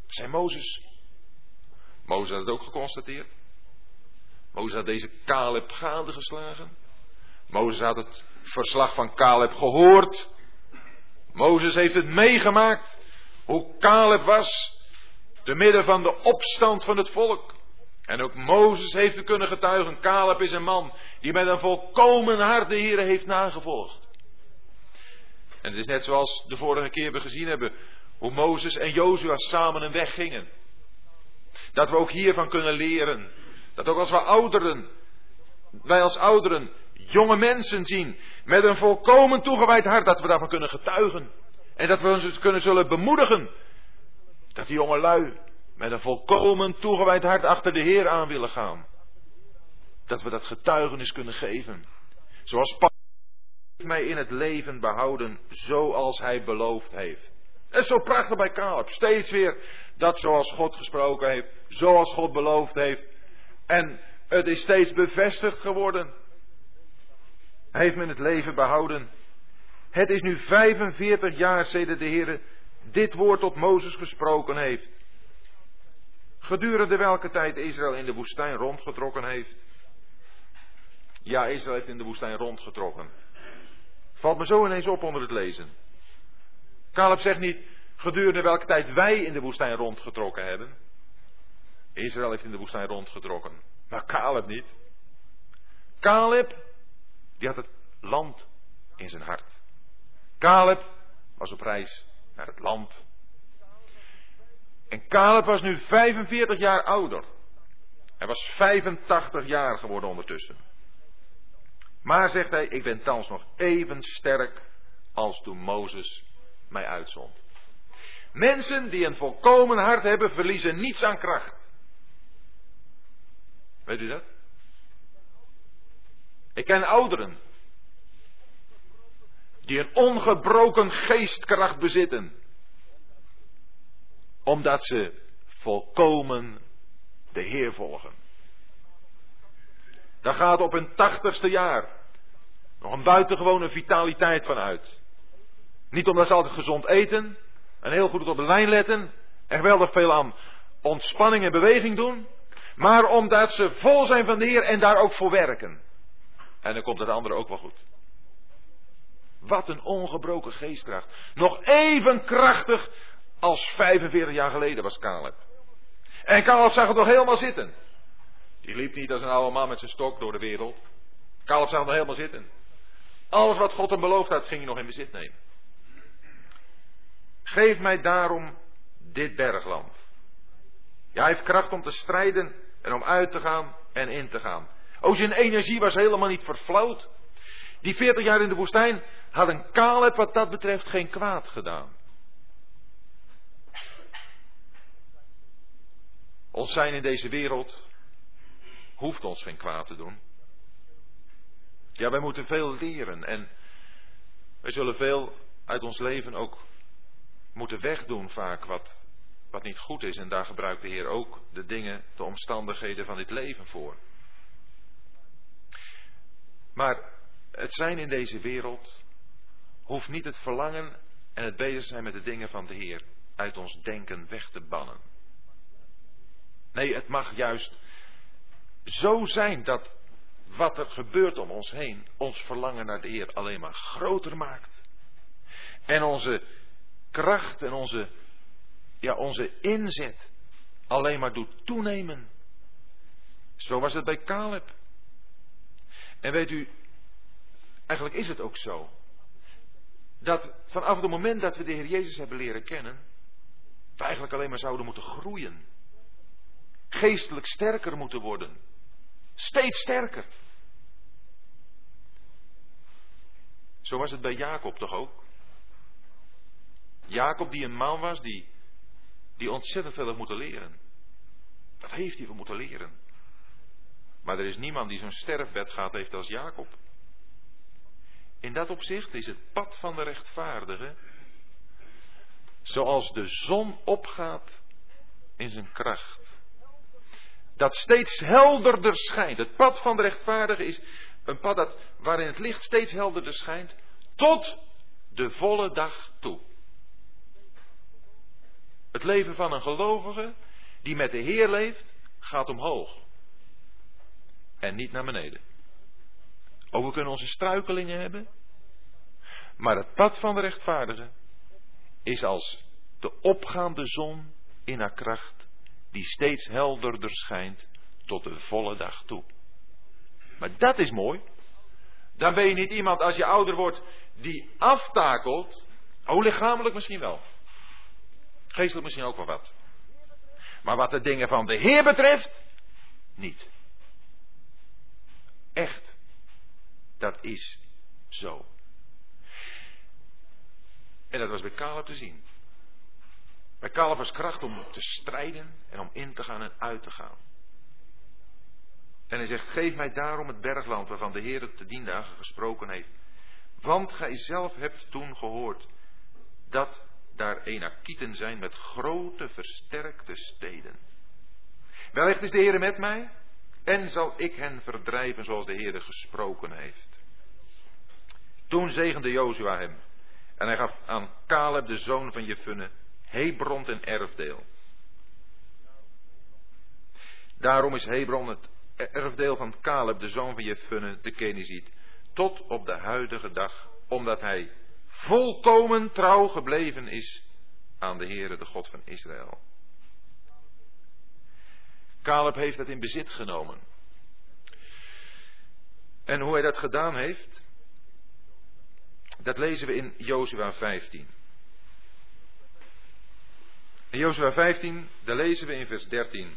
[SPEAKER 1] Zei Mozes. Mozes had het ook geconstateerd. Mozes had deze Caleb gadegeslagen. Mozes had het verslag van Caleb gehoord. Mozes heeft het meegemaakt. Hoe Caleb was. Te midden van de opstand van het volk. En ook Mozes heeft het kunnen getuigen. Caleb is een man die met een volkomen hart de Heere heeft nagevolgd. En het is net zoals de vorige keer we gezien hebben. Hoe Mozes en Jozua samen een weg gingen. Dat we ook hiervan kunnen leren. Dat ook als wij als ouderen jonge mensen zien. Met een volkomen toegewijd hart. Dat we daarvan kunnen getuigen. En dat we ons kunnen zullen bemoedigen. Dat die jonge lui met een volkomen toegewijd hart achter de Heer aan willen gaan. Dat we dat getuigenis kunnen geven. Zoals Paulus mij in het leven behouden zoals hij beloofd heeft. Het is zo prachtig bij Caleb. Steeds weer dat zoals God gesproken heeft. Zoals God beloofd heeft. En het is steeds bevestigd geworden. Hij heeft me in het leven behouden. Het is nu 45 jaar sedert de Heer dit woord tot Mozes gesproken heeft. Gedurende welke tijd Israël in de woestijn rondgetrokken heeft. Ja, Israël heeft in de woestijn rondgetrokken. Valt me zo ineens op onder het lezen. Caleb zegt niet gedurende welke tijd wij in de woestijn rondgetrokken hebben. Israël heeft in de woestijn rondgetrokken. Maar Caleb niet. Caleb, die had het land in zijn hart. Caleb was op reis naar het land. En Caleb was nu 45 jaar ouder. Hij was 85 jaar geworden ondertussen. Maar zegt hij, ik ben thans nog even sterk als toen Mozes mij uitzond. Mensen die een volkomen hart hebben, verliezen niets aan kracht. Weet u dat? Ik ken ouderen die een ongebroken geestkracht bezitten. Omdat ze volkomen de Heer volgen. Daar gaat op hun 80ste jaar nog een buitengewone vitaliteit van uit. Niet omdat ze altijd gezond eten en heel goed op de lijn letten en geweldig veel aan ontspanning en beweging doen. Maar omdat ze vol zijn van de Heer en daar ook voor werken. En dan komt het andere ook wel goed. Wat een ongebroken geestkracht. Nog even krachtig als 45 jaar geleden was Caleb. En Caleb zag het nog helemaal zitten. Die liep niet als een oude man met zijn stok door de wereld. Caleb zag het nog helemaal zitten. Alles wat God hem beloofd had, ging hij nog in bezit nemen. Geef mij daarom dit bergland. Ja, hij heeft kracht om te strijden en om uit te gaan en in te gaan. Ook zijn energie was helemaal niet verflauwd. Die 40 jaar in de woestijn hadden Caleb wat dat betreft geen kwaad gedaan. Ons zijn in deze wereld hoeft ons geen kwaad te doen. Ja, wij moeten veel leren en wij zullen veel uit ons leven ook moeten wegdoen vaak wat niet goed is. En daar gebruikt de Heer ook de dingen, de omstandigheden van dit leven voor. Maar het zijn in deze wereld hoeft niet het verlangen en het bezig zijn met de dingen van de Heer uit ons denken weg te bannen. Nee, het mag juist zo zijn dat wat er gebeurt om ons heen ons verlangen naar de Heer alleen maar groter maakt. En onze kracht en onze inzet alleen maar doet toenemen. Zo was het bij Caleb. En weet u, eigenlijk is het ook zo. Dat vanaf het moment dat we de Heer Jezus hebben leren kennen, we eigenlijk alleen maar zouden moeten groeien. Geestelijk sterker moeten worden. Steeds sterker. Zo was het bij Jacob toch ook. Jacob die een man was die ontzettend veel heeft moeten leren. Dat heeft hij veel moeten leren. Maar er is niemand die zo'n sterfbed gehad heeft als Jacob. In dat opzicht is het pad van de rechtvaardige zoals de zon opgaat in zijn kracht. Dat steeds helderder schijnt. Het pad van de rechtvaardige is een pad waarin het licht steeds helderder schijnt tot de volle dag toe. Het leven van een gelovige die met de Heer leeft, gaat omhoog. En niet naar beneden. Oh, we kunnen onze struikelingen hebben. Maar het pad van de rechtvaardige is als de opgaande zon in haar kracht, die steeds helderder schijnt tot de volle dag toe. Maar dat is mooi. Dan ben je niet iemand als je ouder wordt die aftakelt. Oh, lichamelijk misschien wel. Geestelijk misschien ook wel wat. Maar wat de dingen van de Heer betreft, niet. Echt. Dat is zo. En dat was bij Caleb te zien. Bij Caleb was kracht om te strijden en om in te gaan en uit te gaan. En hij zegt, geef mij daarom het bergland waarvan de Heer te dien dagen gesproken heeft. Want gij zelf hebt toen gehoord dat daar Enakieten zijn met grote versterkte steden. Wellicht is de Heer met mij en zal ik hen verdrijven zoals de Heer gesproken heeft. Toen zegende Jozua hem en hij gaf aan Caleb de zoon van Jefunne Hebron ten erfdeel. Daarom is Hebron het erfdeel van Caleb de zoon van Jefunne de Keniziet tot op de huidige dag, omdat hij volkomen trouw gebleven is aan de Heere, de God van Israël. Caleb heeft dat in bezit genomen. En hoe hij dat gedaan heeft, dat lezen we in Jozua 15. In Jozua 15, daar lezen we in vers 13.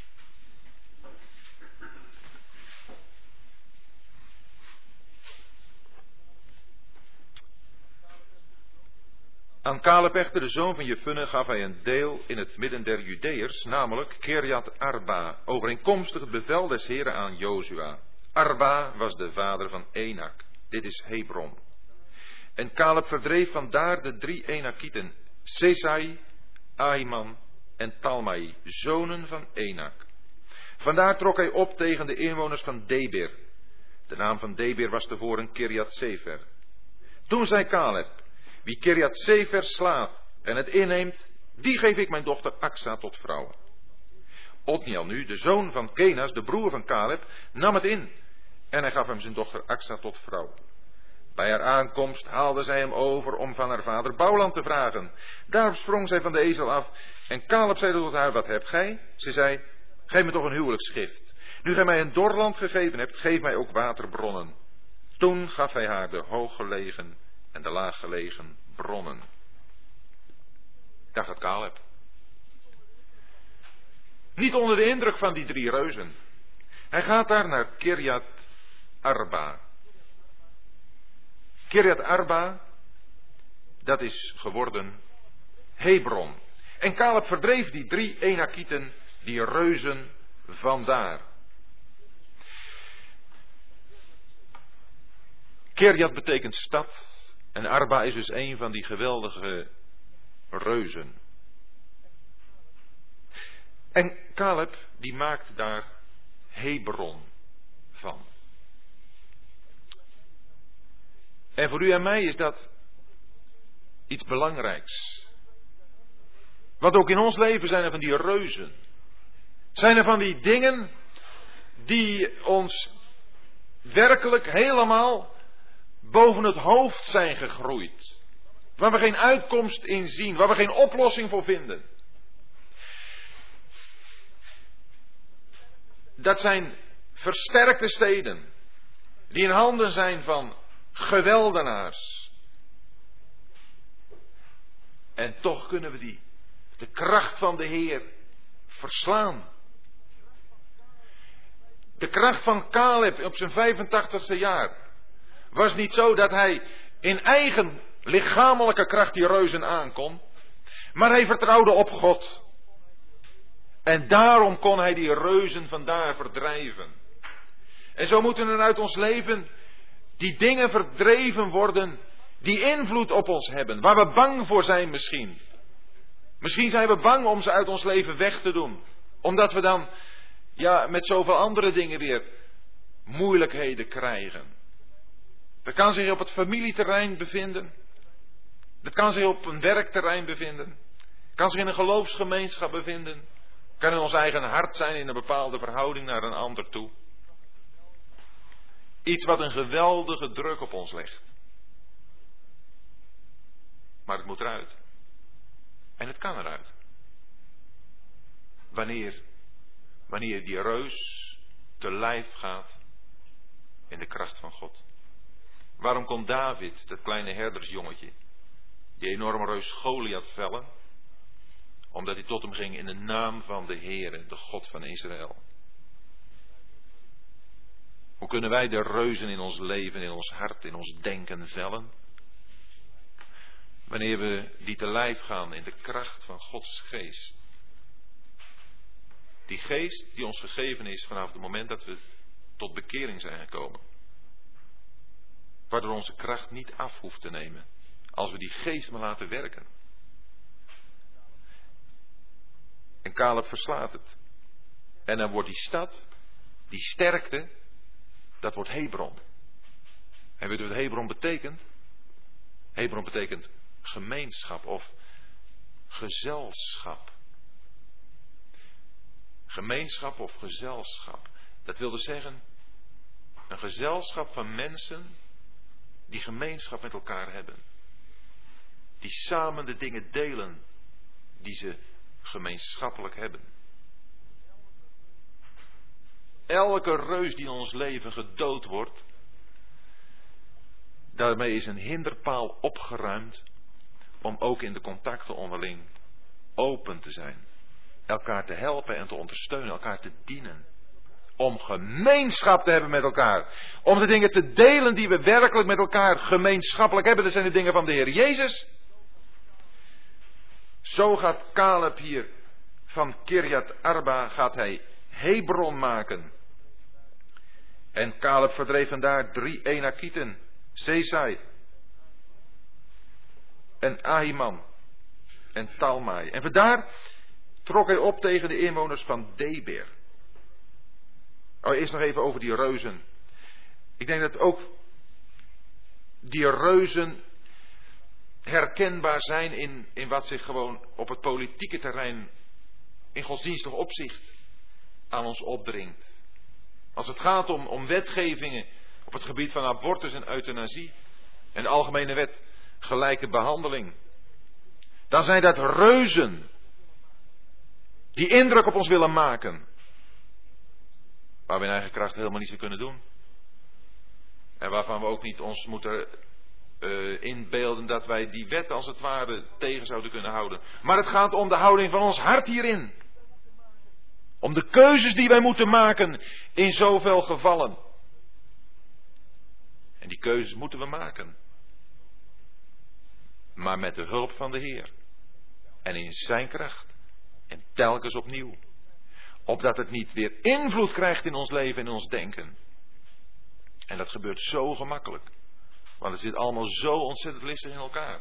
[SPEAKER 1] Aan Caleb echter, de zoon van Jefunne, gaf hij een deel in het midden der Judeërs, namelijk Kirjat Arba, overeenkomstig het bevel des Heren aan Jozua. Arba was de vader van Enak. Dit is Hebron. En Caleb verdreef vandaar de 3 Enakieten, Sesai, Ahiman en Talmai, zonen van Enak. Vandaar trok hij op tegen de inwoners van Debir. De naam van Debir was tevoren Kirjat Sefer. Toen zei Caleb, wie Kirjat Sefer slaat en het inneemt, die geef ik mijn dochter Aksa tot vrouw. Otniel nu, de zoon van Kenas, de broer van Caleb, nam het in en hij gaf hem zijn dochter Aksa tot vrouw. Bij haar aankomst haalde zij hem over om van haar vader bouwland te vragen. Daarop sprong zij van de ezel af en Caleb zei tot haar, wat hebt gij? Ze zei, geef me toch een huwelijksgift. Nu gij mij een dorland gegeven hebt, geef mij ook waterbronnen. Toen gaf hij haar de hooggelegen en de laaggelegen bronnen. Daar gaat Caleb. Niet onder de indruk van die 3 reuzen. Hij gaat daar naar Kirjat Arba. Kirjat Arba, dat is geworden Hebron. En Caleb verdreef die 3 Enakieten, die reuzen, vandaar. Kirjat betekent stad. En Arba is dus een van die geweldige reuzen. En Caleb, die maakt daar Hebron van. En voor u en mij is dat iets belangrijks. Want ook in ons leven zijn er van die reuzen. Zijn er van die dingen die ons werkelijk helemaal boven het hoofd zijn gegroeid. Waar we geen uitkomst in zien. Waar we geen oplossing voor vinden. Dat zijn versterkte steden. Die in handen zijn van geweldenaars. En toch kunnen we die, de kracht van de Heer, verslaan. De kracht van Caleb op zijn 85ste jaar was niet zo dat hij in eigen lichamelijke kracht die reuzen aankon. Maar hij vertrouwde op God. En daarom kon hij die reuzen vandaar verdrijven. En zo moeten er uit ons leven die dingen verdreven worden die invloed op ons hebben. Waar we bang voor zijn misschien. Misschien zijn we bang om ze uit ons leven weg te doen. Omdat we dan met zoveel andere dingen weer moeilijkheden krijgen. Dat kan zich op het familieterrein bevinden. Dat kan zich op een werkterrein bevinden. Kan zich in een geloofsgemeenschap bevinden. Kan in ons eigen hart zijn in een bepaalde verhouding naar een ander toe. Iets wat een geweldige druk op ons legt. Maar het moet eruit. En het kan eruit. Wanneer die reus te lijf gaat in de kracht van God. Waarom kon David, dat kleine herdersjongetje, die enorme reus Goliath vellen? Omdat hij tot hem ging in de naam van de Heere, de God van Israël. Hoe kunnen wij de reuzen in ons leven, in ons hart, in ons denken vellen? Wanneer we die te lijf gaan in de kracht van Gods geest. Die geest die ons gegeven is vanaf het moment dat we tot bekering zijn gekomen. Waardoor onze kracht niet af hoeft te nemen. Als we die geest maar laten werken. En Caleb verslaat het. En dan wordt die stad, die sterkte, dat wordt Hebron. En weet u wat Hebron betekent? Hebron betekent gemeenschap of gezelschap. Gemeenschap of gezelschap. Dat wil dus zeggen, een gezelschap van mensen die gemeenschap met elkaar hebben. Die samen de dingen delen die ze gemeenschappelijk hebben. Elke reus die in ons leven gedood wordt, daarmee is een hinderpaal opgeruimd om ook in de contacten onderling open te zijn. Elkaar te helpen en te ondersteunen, elkaar te dienen. Om gemeenschap te hebben met elkaar. Om de dingen te delen die we werkelijk met elkaar gemeenschappelijk hebben. Dat zijn de dingen van de Heer Jezus. Zo gaat Caleb hier van Kirjat Arba, gaat hij Hebron maken. En Caleb verdreef vandaar 3 Enakieten. Sesai. En Ahiman. En Talmai. En vandaar trok hij op tegen de inwoners van Deber. Eerst nog even over die reuzen. Ik denk dat ook die reuzen herkenbaar zijn in wat zich gewoon op het politieke terrein in godsdienstig opzicht aan ons opdringt. Als het gaat om wetgevingen op het gebied van abortus en euthanasie en de algemene wet gelijke behandeling, dan zijn dat reuzen die indruk op ons willen maken, waar we in eigen kracht helemaal niets aan kunnen doen. En waarvan we ook niet ons moeten inbeelden dat wij die wet als het ware tegen zouden kunnen houden. Maar het gaat om de houding van ons hart hierin. Om de keuzes die wij moeten maken in zoveel gevallen. En die keuzes moeten we maken. Maar met de hulp van de Heer. En in zijn kracht. En telkens opnieuw. Opdat het niet weer invloed krijgt in ons leven en in ons denken. En dat gebeurt zo gemakkelijk. Want het zit allemaal zo ontzettend listig in elkaar.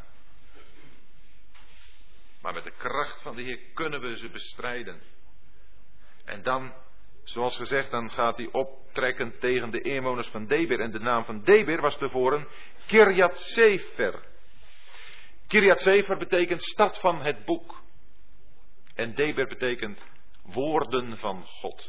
[SPEAKER 1] Maar met de kracht van de Heer kunnen we ze bestrijden. En dan, zoals gezegd, dan gaat hij optrekken tegen de inwoners van Deber. En de naam van Deber was tevoren Kirjat Sefer. Kirjat Sefer betekent stad van het boek. En Deber betekent woorden van God.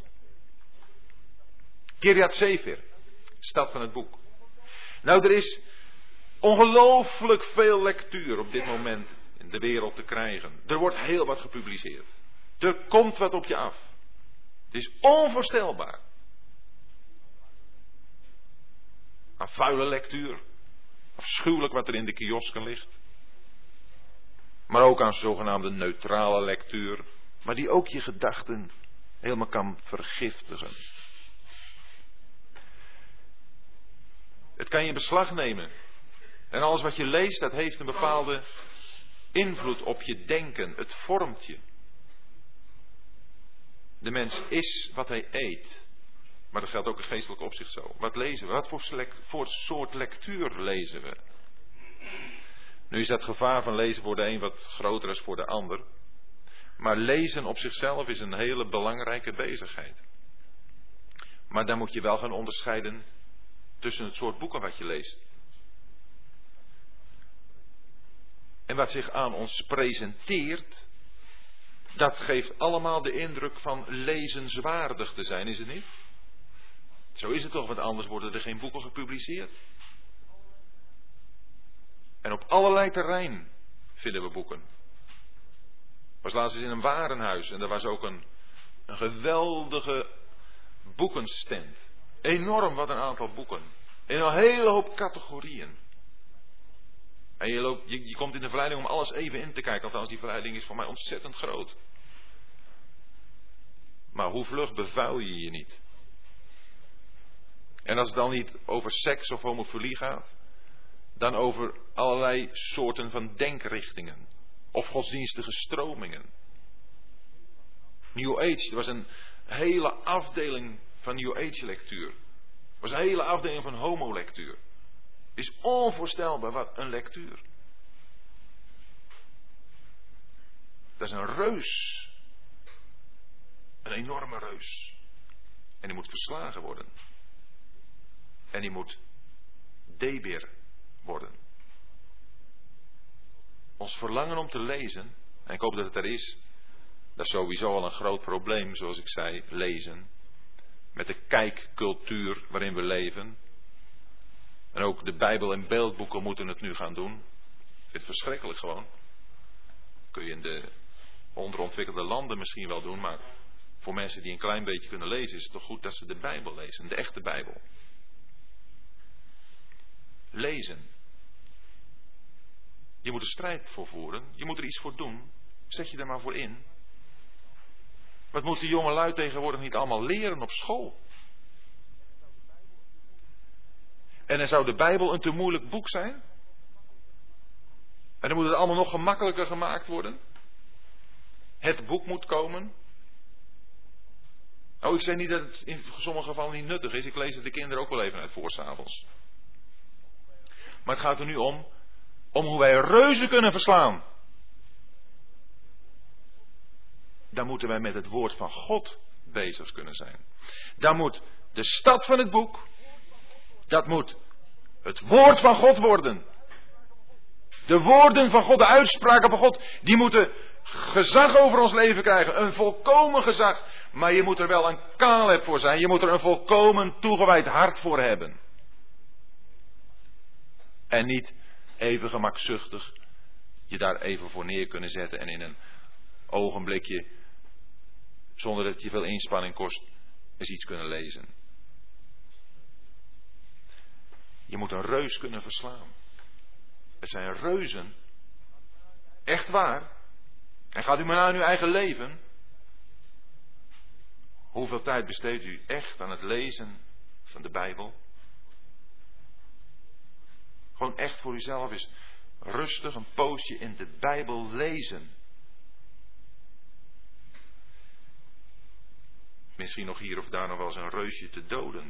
[SPEAKER 1] Kirjat Sefer, stad van het boek. Nou, er is ongelooflijk veel lectuur op dit moment in de wereld te krijgen. Er wordt heel wat gepubliceerd. Er komt wat op je af. Het is onvoorstelbaar. Aan vuile lectuur. Afschuwelijk wat er in de kiosken ligt. Maar ook aan zogenaamde neutrale lectuur. Maar die ook je gedachten helemaal kan vergiftigen. Het kan je in beslag nemen. En alles wat je leest, dat heeft een bepaalde invloed op je denken. Het vormt je. De mens is wat hij eet. Maar dat geldt ook in geestelijk opzicht zo. Wat lezen we? Wat voor soort lectuur lezen we? Nu is dat gevaar van lezen voor de een wat groter dan voor de ander. Maar lezen op zichzelf is een hele belangrijke bezigheid. Maar dan moet je wel gaan onderscheiden tussen het soort boeken wat je leest. En wat zich aan ons presenteert, Dat geeft allemaal de indruk van lezenswaardig te zijn, is het niet? Zo is het toch, want anders worden er geen boeken gepubliceerd. En op allerlei terrein vinden we boeken. Ik was laatst eens in een warenhuis en er was ook een geweldige boekenstand. Enorm wat een aantal boeken. In een hele hoop categorieën. En je komt in de verleiding om alles even in te kijken. Althans, die verleiding is voor mij ontzettend groot. Maar hoe vlug bevuil je je niet? En als het dan niet over seks of homofilie gaat, dan over allerlei soorten van denkrichtingen. Of godsdienstige stromingen. New Age, er was een hele afdeling van New Age lectuur. Er was een hele afdeling van homolectuur. Het is onvoorstelbaar wat een lectuur. Dat is een reus. Een enorme reus. En die moet verslagen worden. En die moet debir worden. Ons verlangen om te lezen, en ik hoop dat het er is, dat is sowieso al een groot probleem, zoals ik zei, lezen. Met de kijkcultuur waarin we leven. En ook de Bijbel en beeldboeken moeten het nu gaan doen. Ik vind het verschrikkelijk gewoon. Kun je in de onderontwikkelde landen misschien wel doen, maar voor mensen die een klein beetje kunnen lezen is het toch goed dat ze de Bijbel lezen, de echte Bijbel. Lezen. Je moet er strijd voor voeren, je moet er iets voor doen. Zet je er maar voor in. Wat moeten jonge lui tegenwoordig niet allemaal leren op school? En dan zou de Bijbel een te moeilijk boek zijn? En dan moet het allemaal nog gemakkelijker gemaakt worden? Het boek moet komen? Oh, ik zeg niet dat het in sommige gevallen niet nuttig is. Ik lees het de kinderen ook wel even uit voor 's avonds. Maar het gaat er nu om hoe wij reuzen kunnen verslaan. Dan moeten wij met het woord van God bezig kunnen zijn. Dan moet de stad van het boek, dat moet het woord van God worden. De woorden van God, de uitspraken van God, die moeten gezag over ons leven krijgen. Een volkomen gezag. Maar je moet er wel een Caleb voor zijn. Je moet er een volkomen toegewijd hart voor hebben. En niet even gemakzuchtig je daar even voor neer kunnen zetten en in een ogenblikje, zonder dat het je veel inspanning kost, eens iets kunnen lezen. Je moet een reus kunnen verslaan. Het zijn reuzen. Echt waar. En gaat u maar naar uw eigen leven. Hoeveel tijd besteedt u echt aan het lezen van de Bijbel? Gewoon echt voor uzelf eens rustig een poosje in de Bijbel lezen. Misschien nog hier of daar nog wel eens een reusje te doden.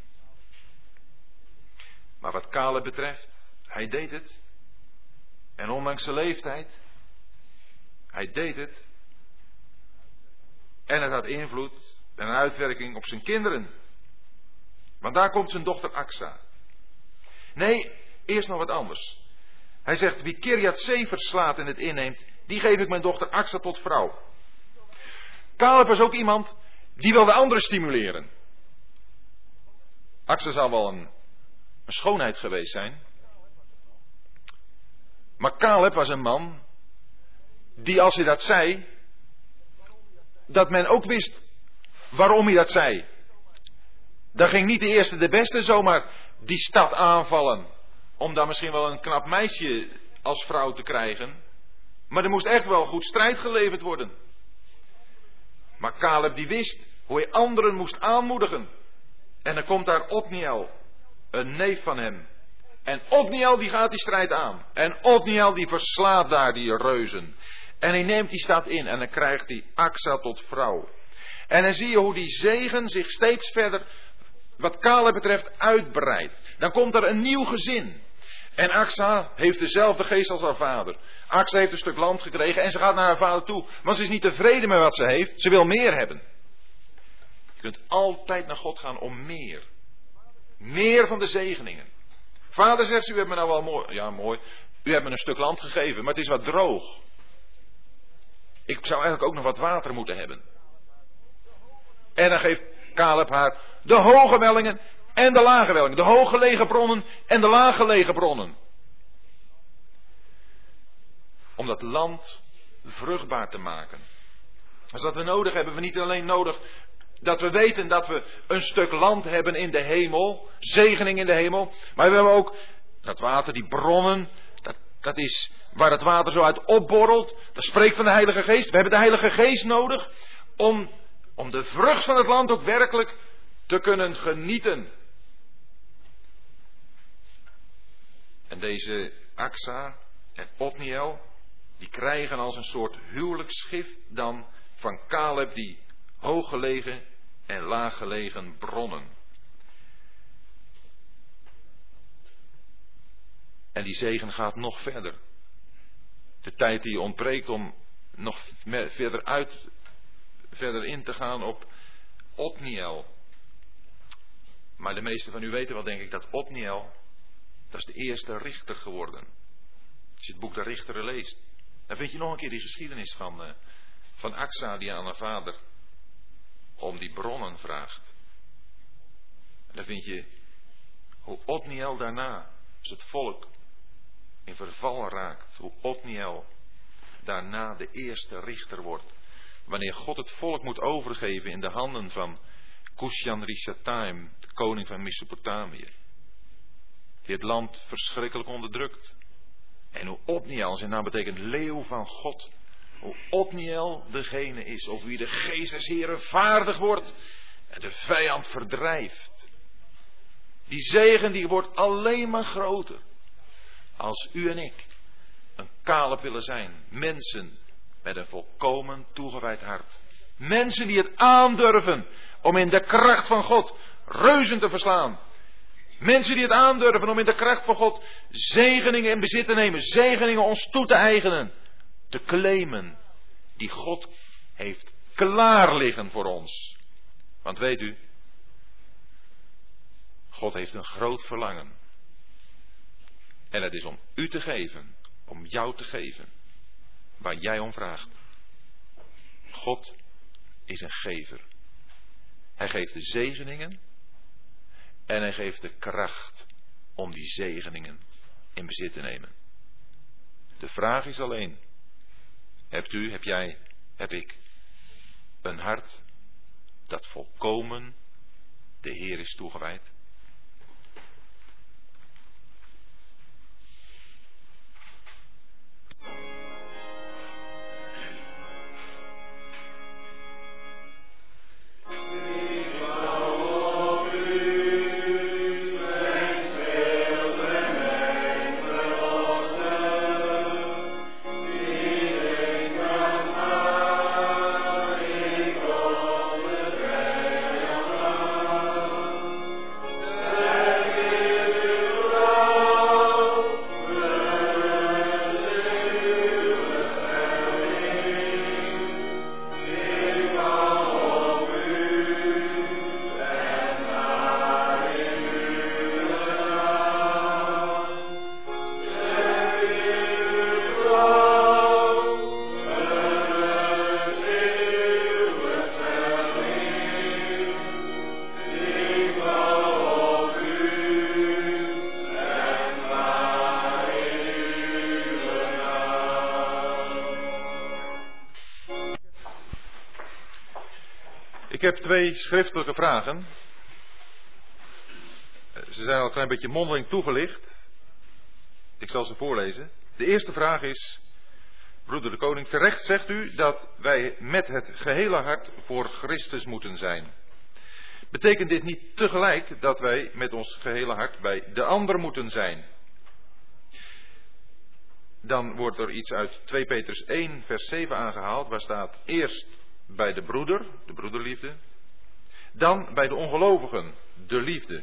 [SPEAKER 1] Maar wat Caleb betreft, hij deed het. En ondanks zijn leeftijd, hij deed het. En het had invloed en een uitwerking op zijn kinderen. Want daar komt zijn dochter Aksa. Nee, eerst nog wat anders. Hij zegt, wie Kirjat Sefer slaat en het inneemt, die geef ik mijn dochter Aksa tot vrouw. Caleb was ook iemand die wil de anderen stimuleren. Aksa zal wel een schoonheid geweest zijn. Maar Caleb was een man die, als hij dat zei, dat men ook wist waarom hij dat zei. Dan ging niet de eerste de beste zomaar die stad aanvallen om daar misschien wel een knap meisje als vrouw te krijgen. Maar er moest echt wel goed strijd geleverd worden. Maar Caleb die wist hoe hij anderen moest aanmoedigen. En dan komt daar Otniel, een neef van hem. En Otniel die gaat die strijd aan. En Otniel die verslaat daar die reuzen. En hij neemt die stad in en dan krijgt hij Aksa tot vrouw. En dan zie je hoe die zegen zich steeds verder, wat Caleb betreft, uitbreidt. Dan komt er een nieuw gezin. En Aksa heeft dezelfde geest als haar vader. Aksa heeft een stuk land gekregen en ze gaat naar haar vader toe. Maar ze is niet tevreden met wat ze heeft. Ze wil meer hebben. Je kunt altijd naar God gaan om meer. Meer van de zegeningen. Vader zegt, u hebt me nou wel mooi. Ja, mooi. U hebt me een stuk land gegeven, maar het is wat droog. ik zou eigenlijk ook nog wat water moeten hebben. En dan geeft Caleb haar de hoge wellingen en de lage wellingen. De hooggelegen bronnen en de laaggelegen bronnen. Om dat land vruchtbaar te maken. Dus wat we nodig hebben, we niet alleen nodig dat we weten dat we een stuk land hebben in de hemel. Zegening in de hemel. Maar we hebben ook dat water, die bronnen. Dat is waar het water zo uit opborrelt. Dat spreekt van de Heilige Geest. We hebben de Heilige Geest nodig om de vrucht van het land ook werkelijk te kunnen genieten. En deze Aksa en Otniel, die krijgen als een soort huwelijksgift dan van Caleb die hooggelegen en laaggelegen bronnen. En die zegen gaat nog verder. De tijd die ontbreekt om nog verder in te gaan op Otniel. Maar de meesten van u weten wel, denk ik, dat Otniel, dat is de eerste richter geworden. Als je het boek de Richteren leest, dan vind je nog een keer die geschiedenis van Aksa die aan haar vader om die bronnen vraagt. En dan vind je hoe Otniel daarna, als het volk in verval raakt, hoe Otniel daarna de eerste richter wordt. Wanneer God het volk moet overgeven in de handen van Kushan-Rishathaim, de koning van Mesopotamië. Die het land verschrikkelijk onderdrukt. En hoe Otniel, zijn naam betekent leeuw van God. Hoe Otniel degene is over wie de geest des Heren vaardig wordt en de vijand verdrijft. Die zegen die wordt alleen maar groter als u en ik een Caleb willen zijn. Mensen met een volkomen toegewijd hart. Mensen die het aandurven om in de kracht van God reuzen te verslaan. Mensen die het aandurven om in de kracht van God zegeningen in bezit te nemen. Zegeningen ons toe te eigenen. Te claimen. Die God heeft klaar liggen voor ons. Want weet u, God heeft een groot verlangen. En het is om u te geven. Om jou te geven. Waar jij om vraagt. God is een gever. Hij geeft de zegeningen. En hij geeft de kracht om die zegeningen in bezit te nemen. De vraag is alleen. Hebt u, heb jij, heb ik een hart dat volkomen de Heer is toegewijd? Ik heb 2 schriftelijke vragen. Ze zijn al een klein beetje mondeling toegelicht. Ik zal ze voorlezen. De eerste vraag is, broeder de koning, terecht zegt u dat wij met het gehele hart voor Christus moeten zijn. Betekent dit niet tegelijk dat wij met ons gehele hart bij de ander moeten zijn? Dan wordt er iets uit 2 Petrus 1 vers 7 aangehaald, waar staat eerst bij de broeder, de broederliefde, dan bij de ongelovigen, de liefde.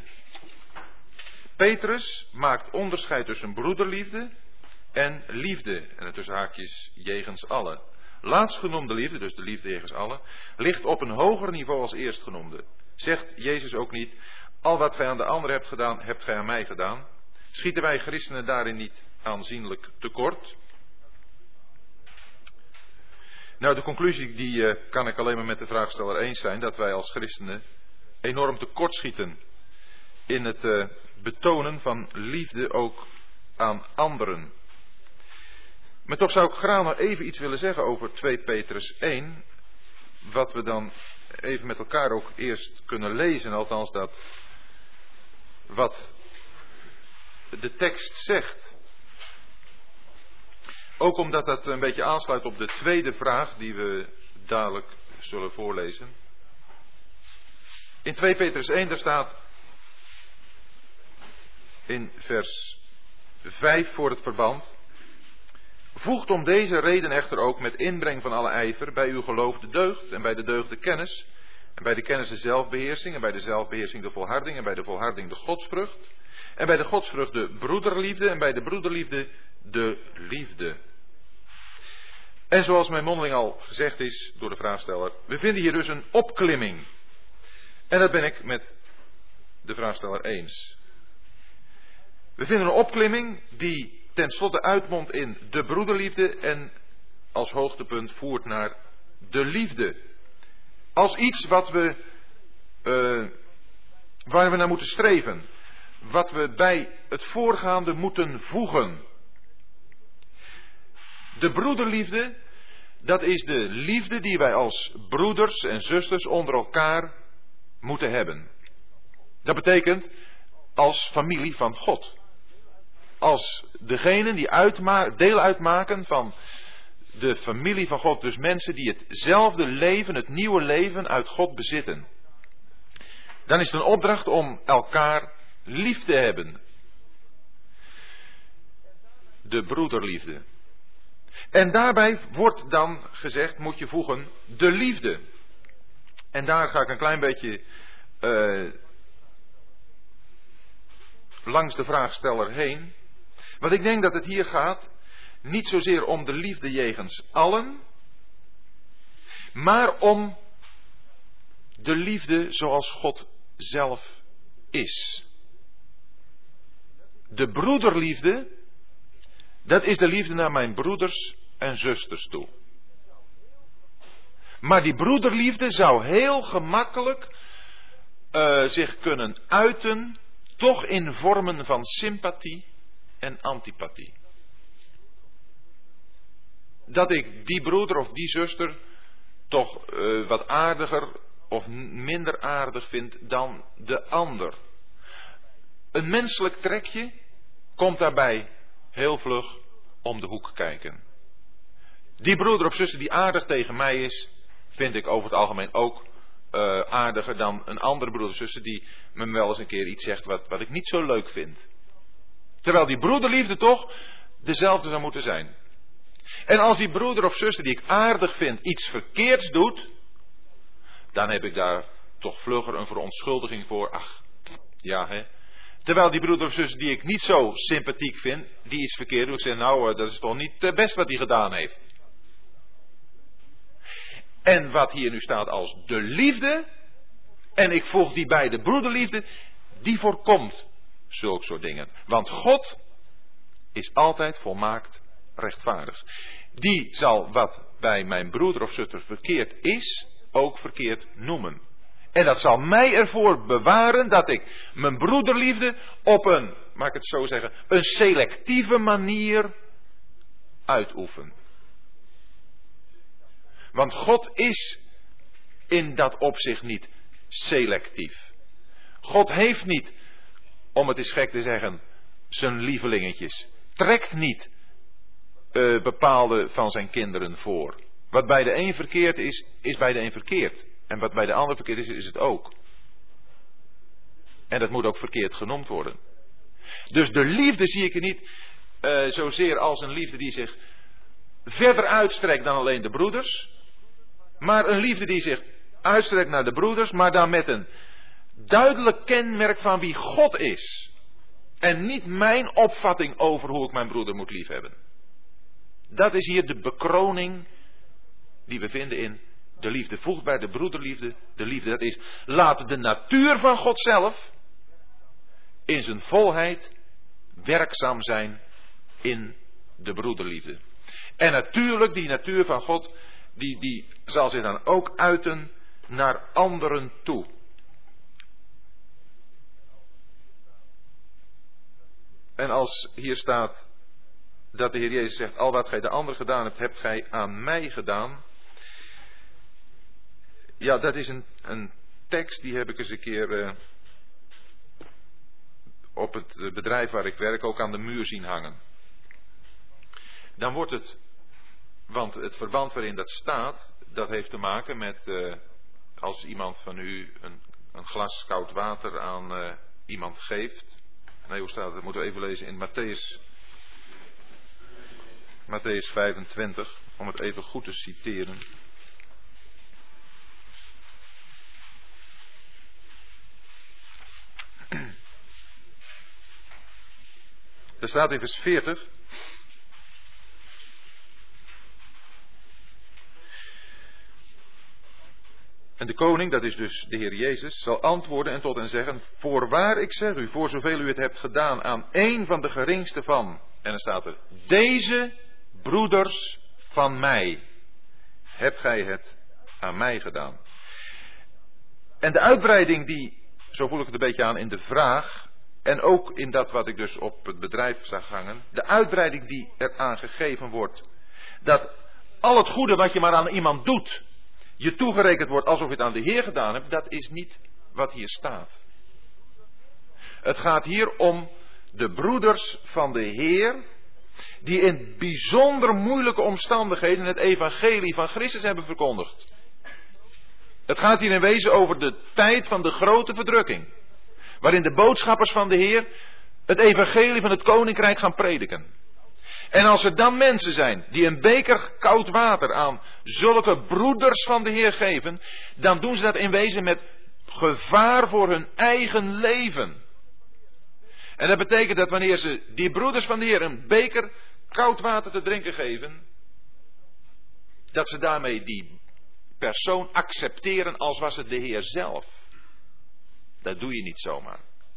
[SPEAKER 1] Petrus maakt onderscheid tussen broederliefde en liefde, en tussen haakjes jegens allen. Laatstgenoemde liefde, dus de liefde jegens allen, ligt op een hoger niveau als eerstgenoemde. Zegt Jezus ook niet, al wat gij aan de ander hebt gedaan, hebt gij aan mij gedaan? Schieten wij christenen daarin niet aanzienlijk tekort? Nou, de conclusie die kan ik alleen maar met de vraagsteller eens zijn, dat wij als christenen enorm tekortschieten in het betonen van liefde ook aan anderen. Maar toch zou ik graag nog even iets willen zeggen over 2 Petrus 1, wat we dan even met elkaar ook eerst kunnen lezen, althans dat wat de tekst zegt. Ook omdat dat een beetje aansluit op de tweede vraag die we dadelijk zullen voorlezen. In 2 Petrus 1 daar staat in vers 5 voor het verband: voegt om deze reden echter ook met inbreng van alle ijver bij uw geloof de deugd en bij de deugd de kennis en bij de kennis de zelfbeheersing en bij de zelfbeheersing de volharding en bij de volharding de godsvrucht en bij de godsvrucht de broederliefde en bij de broederliefde de liefde. En zoals mijn mondeling al gezegd is door de vraagsteller, we vinden hier dus een opklimming. En dat ben ik met de vraagsteller eens. We vinden een opklimming die tenslotte uitmondt in de broederliefde en als hoogtepunt voert naar de liefde. Als iets wat waar we naar moeten streven. Wat we bij het voorgaande moeten voegen. De broederliefde, dat is de liefde die wij als broeders en zusters onder elkaar moeten hebben. Dat betekent als familie van God. Als degenen die deel uitmaken van de familie van God. Dus mensen die hetzelfde leven, het nieuwe leven uit God bezitten. Dan is het een opdracht om elkaar lief te hebben. De broederliefde. En daarbij wordt dan gezegd, moet je voegen, de liefde. En daar ga ik een klein beetje langs de vraagsteller heen. Want ik denk dat het hier gaat niet zozeer om de liefde jegens allen, maar om de liefde zoals God zelf is. De broederliefde, dat is de liefde naar mijn broeders en zusters toe. Maar die broederliefde zou heel gemakkelijk zich kunnen uiten, toch in vormen van sympathie en antipathie. Dat ik die broeder of die zuster toch wat aardiger of minder aardig vind dan de ander. Een menselijk trekje komt daarbij heel vlug om de hoek kijken. Die broeder of zuster die aardig tegen mij is, vind ik over het algemeen ook aardiger dan een andere broeder of zuster die me wel eens een keer iets zegt wat ik niet zo leuk vind. Terwijl die broederliefde toch dezelfde zou moeten zijn. En als die broeder of zuster die ik aardig vind iets verkeerds doet, dan heb ik daar toch vlugger een verontschuldiging voor. Ach, ja hè. Terwijl die broeder of zuster die ik niet zo sympathiek vind, die iets verkeerd doet, ik zeg nou, dat is toch niet best wat hij gedaan heeft. En wat hier nu staat als de liefde, en ik voeg die bij de broederliefde, die voorkomt zulke soort dingen. Want God is altijd volmaakt rechtvaardig. Die zal wat bij mijn broeder of zuster verkeerd is, ook verkeerd noemen. En dat zal mij ervoor bewaren dat ik mijn broederliefde op een, mag ik het zo zeggen, een selectieve manier uitoefen. Want God is in dat opzicht niet selectief. God heeft niet, om het eens gek te zeggen, zijn lievelingetjes. Trekt niet bepaalde van zijn kinderen voor. Wat bij de een verkeerd is, is bij de een verkeerd. En wat bij de ander verkeerd is, is het ook. En dat moet ook verkeerd genoemd worden. Dus de liefde zie ik er niet zozeer als een liefde die zich verder uitstrekt dan alleen de broeders. Maar een liefde die zich uitstrekt naar de broeders, maar dan met een duidelijk kenmerk van wie God is. En niet mijn opvatting over hoe ik mijn broeder moet liefhebben. Dat is hier de bekroning die we vinden in de liefde. Voegt bij de broederliefde de liefde. Dat is, laat de natuur van God zelf in zijn volheid werkzaam zijn in de broederliefde. En natuurlijk, die natuur van God, die zal zich dan ook uiten naar anderen toe. En als hier staat dat de Heer Jezus zegt, al wat gij de ander gedaan hebt, hebt gij aan mij gedaan. Ja, dat is een tekst, die heb ik eens een keer op het bedrijf waar ik werk ook aan de muur zien hangen. Dan wordt het, want het verband waarin dat staat, dat heeft te maken met als iemand van u een glas koud water aan iemand geeft. Nee, hoe staat het? Dat moeten we even lezen in Matthäus 25, om het even goed te citeren. Er staat in vers 40. En de koning, dat is dus de Heer Jezus, zal antwoorden en tot hen zeggen, voorwaar ik zeg u, voor zoveel u het hebt gedaan aan één van de geringste van, en dan staat er, deze broeders van mij, hebt gij het aan mij gedaan. En de uitbreiding die, zo voel ik het een beetje aan in de vraag, en ook in dat wat ik dus op het bedrijf zag hangen, de uitbreiding die eraan gegeven wordt, dat al het goede wat je maar aan iemand doet, je toegerekend wordt alsof je het aan de Heer gedaan hebt, dat is niet wat hier staat. Het gaat hier om de broeders van de Heer, die in bijzonder moeilijke omstandigheden het evangelie van Christus hebben verkondigd. Het gaat hier in wezen over de tijd van de grote verdrukking, waarin de boodschappers van de Heer het evangelie van het koninkrijk gaan prediken. En als er dan mensen zijn die een beker koud water aan zulke broeders van de Heer geven, dan doen ze dat in wezen met gevaar voor hun eigen leven. En dat betekent dat wanneer ze die broeders van de Heer een beker koud water te drinken geven, dat ze daarmee die persoon accepteren als was het de Heer zelf. Dat doe je niet zomaar.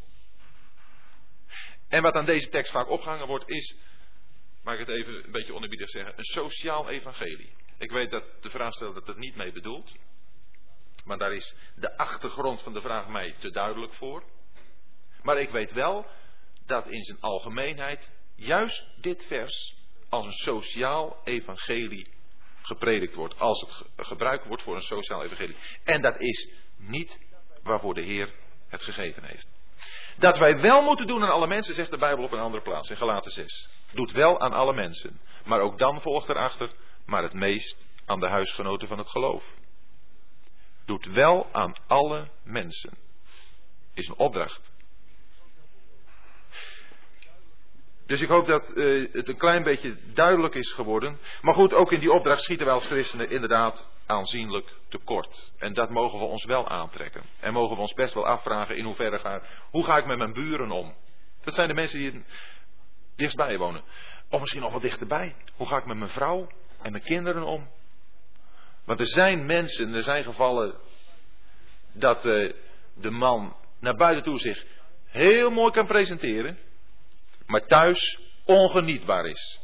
[SPEAKER 1] En wat aan deze tekst vaak opgehangen wordt is, mag ik het even een beetje oneerbiedig zeggen, een sociaal evangelie. Ik weet dat de vraag stelt dat het niet mee bedoelt. Maar daar is de achtergrond van de vraag mij te duidelijk voor. Maar ik weet wel dat in zijn algemeenheid juist dit vers als een sociaal evangelie gepredikt wordt. Als het gebruikt wordt voor een sociaal evangelie. En dat is niet waarvoor de Heer het gegeven heeft. Dat wij wel moeten doen aan alle mensen, zegt de Bijbel op een andere plaats, in Galaten 6. Doet wel aan alle mensen. Maar ook dan volgt erachter, maar het meest aan de huisgenoten van het geloof. Doet wel aan alle mensen. Is een opdracht. Dus ik hoop dat het een klein beetje duidelijk is geworden. Maar goed, ook in die opdracht schieten wij als christenen inderdaad aanzienlijk tekort. En dat mogen we ons wel aantrekken. En mogen we ons best wel afvragen in hoeverre hoe ga ik met mijn buren om? Dat zijn de mensen die dichtstbij wonen. Of misschien nog wel dichterbij. Hoe ga ik met mijn vrouw en mijn kinderen om? Want er zijn mensen, er zijn gevallen dat de man naar buiten toe zich heel mooi kan presenteren, maar thuis ongenietbaar is.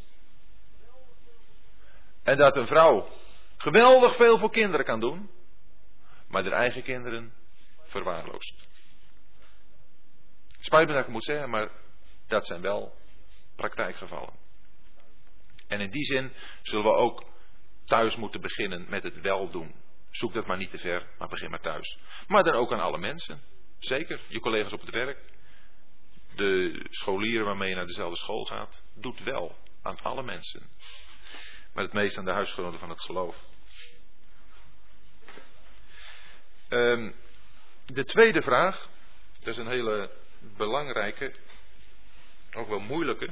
[SPEAKER 1] En dat een vrouw geweldig veel voor kinderen kan doen, maar haar eigen kinderen verwaarloost. Spijt me dat ik het moet zeggen, maar dat zijn wel praktijkgevallen. En in die zin zullen we ook thuis moeten beginnen met het weldoen. Zoek dat maar niet te ver, maar begin maar thuis. Maar dan ook aan alle mensen. Zeker, je collega's op het werk. De scholieren waarmee je naar dezelfde school gaat. Doet wel aan alle mensen. Maar het meest aan de huisgenoten van het geloof. De tweede vraag. Dat is een hele belangrijke. Ook wel moeilijke.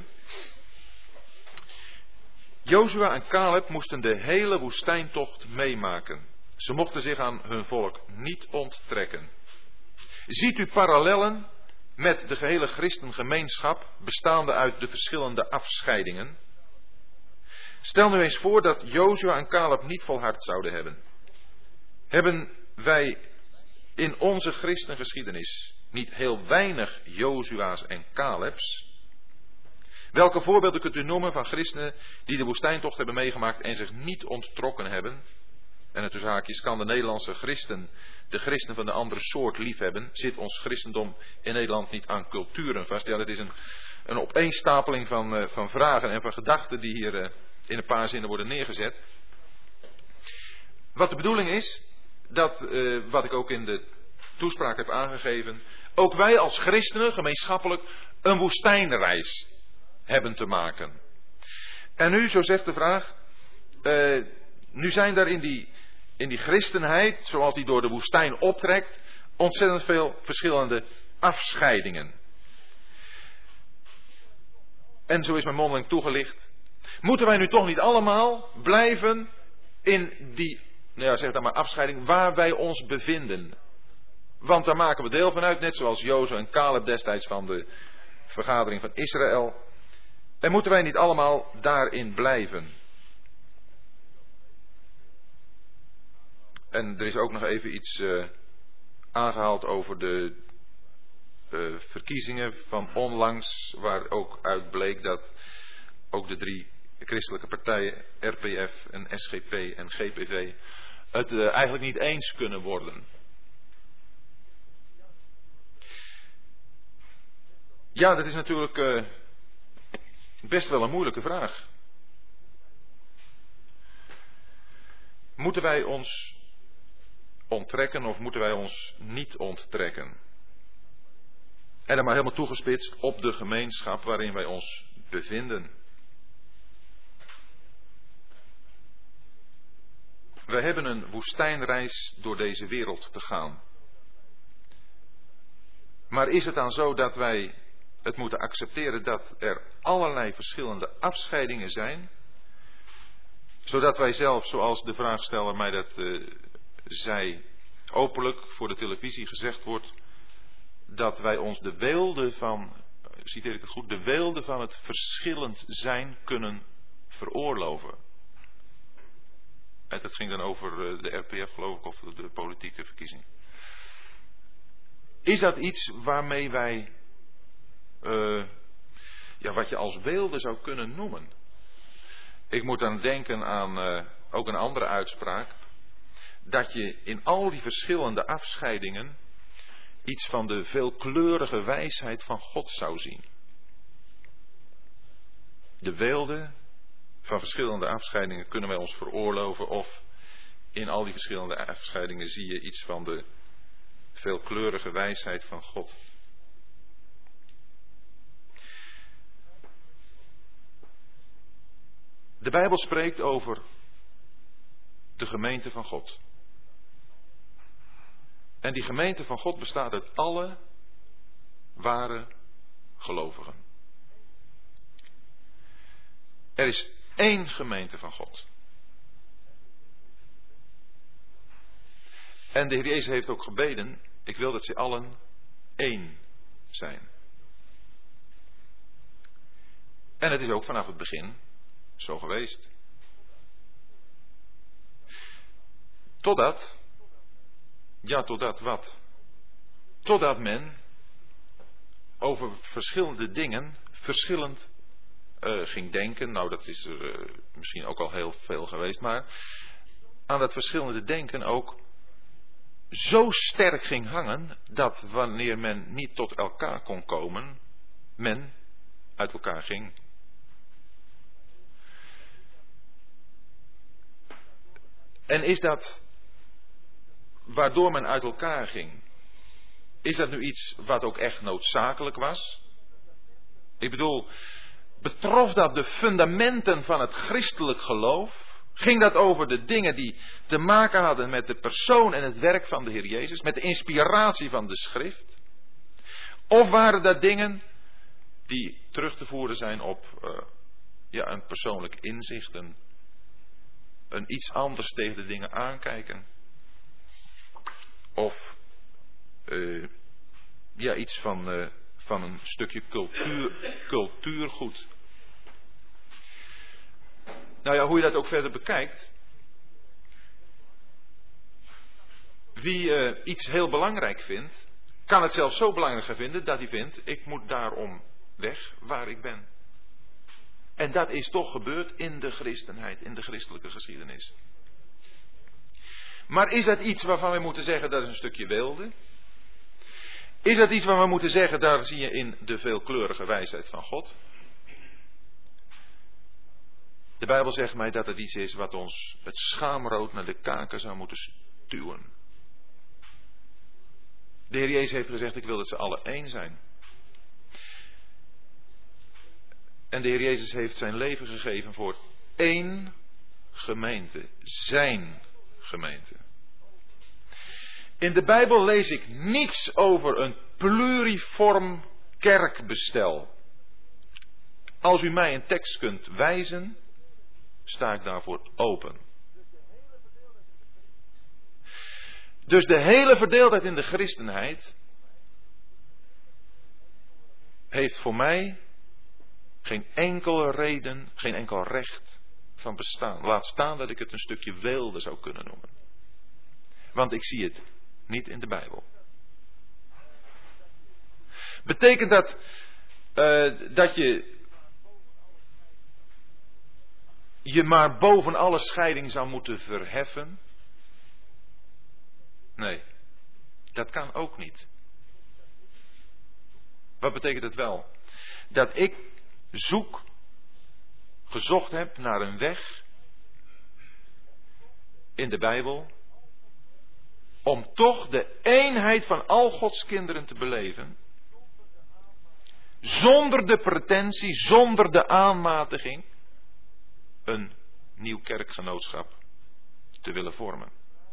[SPEAKER 1] Jozua en Caleb moesten de hele woestijntocht meemaken. Ze mochten zich aan hun volk niet onttrekken. Ziet u parallellen met de gehele christengemeenschap, bestaande uit de verschillende afscheidingen? Stel nu eens voor dat Jozua en Caleb niet volhard zouden hebben. Hebben wij in onze christengeschiedenis niet heel weinig Jozua's en Caleb's? Welke voorbeelden kunt u noemen van christenen die de woestijntocht hebben meegemaakt en zich niet onttrokken hebben? En het tussen haakjes, kan de Nederlandse christen de christen van de andere soort liefhebben? Zit ons christendom in Nederland niet aan culturen vast? Ja, dat is een opeenstapeling van vragen en van gedachten die hier in een paar zinnen worden neergezet. Wat de bedoeling is, dat, wat ik ook in de toespraak heb aangegeven, ook wij als christenen gemeenschappelijk een woestijnreis hebben te maken. En nu, zo zegt de vraag, nu zijn daar in die christenheid, zoals die door de woestijn optrekt, ontzettend veel verschillende afscheidingen. En zo is mijn mondeling toegelicht. Moeten wij nu toch niet allemaal blijven in die, nou ja, zeg dan maar afscheiding, waar wij ons bevinden? Want daar maken we deel van uit, net zoals Jozua en Caleb destijds van de vergadering van Israël. En moeten wij niet allemaal daarin blijven? En er is ook nog even iets aangehaald over de verkiezingen van onlangs, waar ook uit bleek dat ook de 3 christelijke partijen, RPF en SGP en GPV, het eigenlijk niet eens kunnen worden. Ja, dat is natuurlijk best wel een moeilijke vraag. Moeten wij ons onttrekken of moeten wij ons niet onttrekken? En dan maar helemaal toegespitst op de gemeenschap waarin wij ons bevinden. Wij hebben een woestijnreis door deze wereld te gaan. Maar is het dan zo dat wij het moeten accepteren dat er allerlei verschillende afscheidingen zijn? Zodat wij zelf, zoals de vraagsteller mij dat zei, openlijk voor de televisie gezegd wordt, dat wij ons de weelde van, citeer ik het goed, de weelde van het verschillend zijn kunnen veroorloven. En dat ging dan over de RPF, geloof ik, of de politieke verkiezing. Is dat iets waarmee wij, wat je als weelde zou kunnen noemen? Ik moet dan denken aan ook een andere uitspraak. Dat je in al die verschillende afscheidingen iets van de veelkleurige wijsheid van God zou zien. De weelde van verschillende afscheidingen kunnen wij ons veroorloven, of in al die verschillende afscheidingen zie je iets van de veelkleurige wijsheid van God. De Bijbel spreekt over de gemeente van God. En die gemeente van God bestaat uit alle ware gelovigen. Er is één gemeente van God. En de Heer Jezus heeft ook gebeden, ik wil dat ze allen één zijn. En het is ook vanaf het begin zo geweest. Totdat wat? Totdat men over verschillende dingen verschillend ging denken. Nou, dat is er misschien ook al heel veel geweest. Maar aan dat verschillende denken ook zo sterk ging hangen, dat wanneer men niet tot elkaar kon komen, men uit elkaar ging. En is dat waardoor men uit elkaar ging, is dat nu iets wat ook echt noodzakelijk was? Ik bedoel, betrof dat de fundamenten van het christelijk geloof? Ging dat over de dingen die te maken hadden met de persoon en het werk van de Heer Jezus, met de inspiratie van de schrift? Of waren dat dingen die terug te voeren zijn op een persoonlijk inzicht, een iets anders tegen de dingen aankijken? Of iets van een stukje cultuurgoed. Nou ja, hoe je dat ook verder bekijkt. Wie iets heel belangrijk vindt, kan het zelfs zo belangrijk gaan vinden dat hij vindt, ik moet daarom weg waar ik ben. En dat is toch gebeurd in de christenheid, in de christelijke geschiedenis. Maar is dat iets waarvan we moeten zeggen dat is een stukje weelde? Is dat iets waar we moeten zeggen, daar zie je in de veelkleurige wijsheid van God? De Bijbel zegt mij dat het iets is wat ons het schaamrood naar de kaken zou moeten stuwen. De Heer Jezus heeft gezegd, ik wil dat ze alle één zijn. En de Heer Jezus heeft zijn leven gegeven voor één gemeente. Zijn gemeente. In de Bijbel lees ik niets over een pluriform kerkbestel. Als u mij een tekst kunt wijzen, sta ik daarvoor open. Dus de hele verdeeldheid in de christenheid heeft voor mij geen enkele reden, geen enkel recht van bestaan. Laat staan dat ik het een stukje weelde zou kunnen noemen. Want ik zie het niet in de Bijbel. Betekent dat dat je maar boven alle scheiding zou moeten verheffen? Nee, dat kan ook niet. Wat betekent het wel? Dat ik gezocht heb naar een weg in de Bijbel om toch de eenheid van al Gods kinderen te beleven, zonder de pretentie, zonder de aanmatiging, een nieuw kerkgenootschap te willen vormen.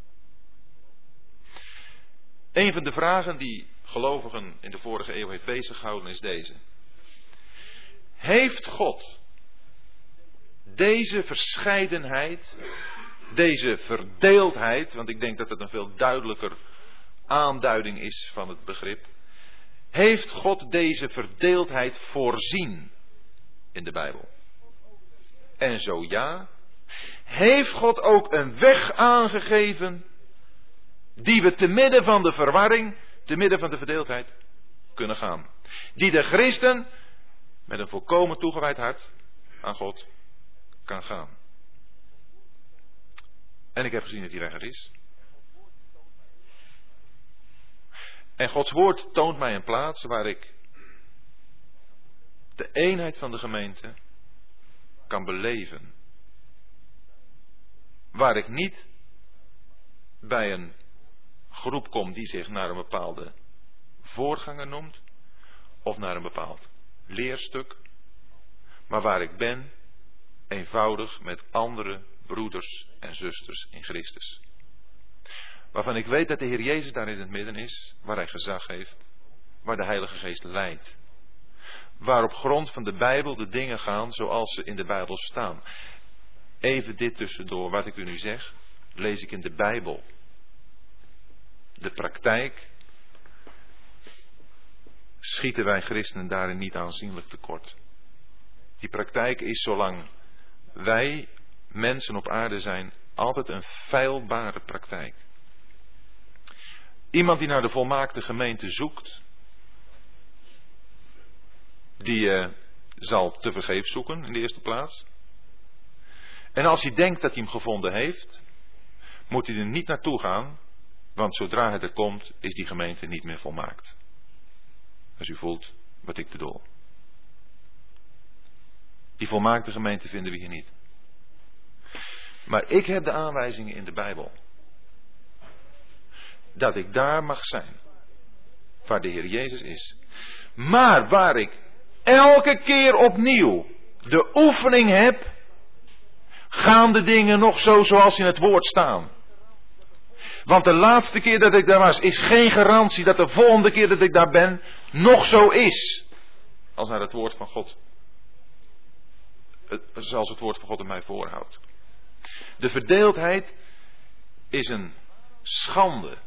[SPEAKER 1] Een van de vragen die gelovigen in de vorige eeuw heeft beziggehouden is deze. Heeft God deze verscheidenheid, deze verdeeldheid, want ik denk dat het een veel duidelijker aanduiding is van het begrip. Heeft God deze verdeeldheid voorzien in de Bijbel? En zo ja, heeft God ook een weg aangegeven die we te midden van de verwarring, te midden van de verdeeldheid kunnen gaan. Die de christen met een volkomen toegewijd hart aan God kan gaan. En ik heb gezien dat die weg er is. En Gods woord toont mij een plaats waar ik de eenheid van de gemeente kan beleven. Waar ik niet bij een groep kom die zich naar een bepaalde voorganger noemt, of naar een bepaald leerstuk, maar waar ik ben eenvoudig met andere broeders en zusters in Christus. Waarvan ik weet dat de Heer Jezus daar in het midden is, waar Hij gezag heeft, waar de Heilige Geest leidt. Waar op grond van de Bijbel de dingen gaan zoals ze in de Bijbel staan. Even dit tussendoor, wat ik u nu zeg, lees ik in de Bijbel. De praktijk schieten wij christenen daarin niet aanzienlijk tekort. Die praktijk is, zolang wij mensen op aarde zijn, altijd een feilbare praktijk. Iemand die naar de volmaakte gemeente zoekt, die zal tevergeefs zoeken in de eerste plaats. En als hij denkt dat hij hem gevonden heeft, moet hij er niet naartoe gaan, want zodra hij er komt, is die gemeente niet meer volmaakt. Als u voelt wat ik bedoel. Die volmaakte gemeente vinden we hier niet. Maar ik heb de aanwijzingen in de Bijbel. Dat ik daar mag zijn. Waar de Heer Jezus is. Maar waar ik elke keer opnieuw de oefening heb. Gaan de dingen nog zo zoals in het woord staan. Want de laatste keer dat ik daar was, is geen garantie dat de volgende keer dat ik daar ben, nog zo is. Als naar het woord van God. Zoals het woord van God in mij voorhoudt. De verdeeldheid is een schande.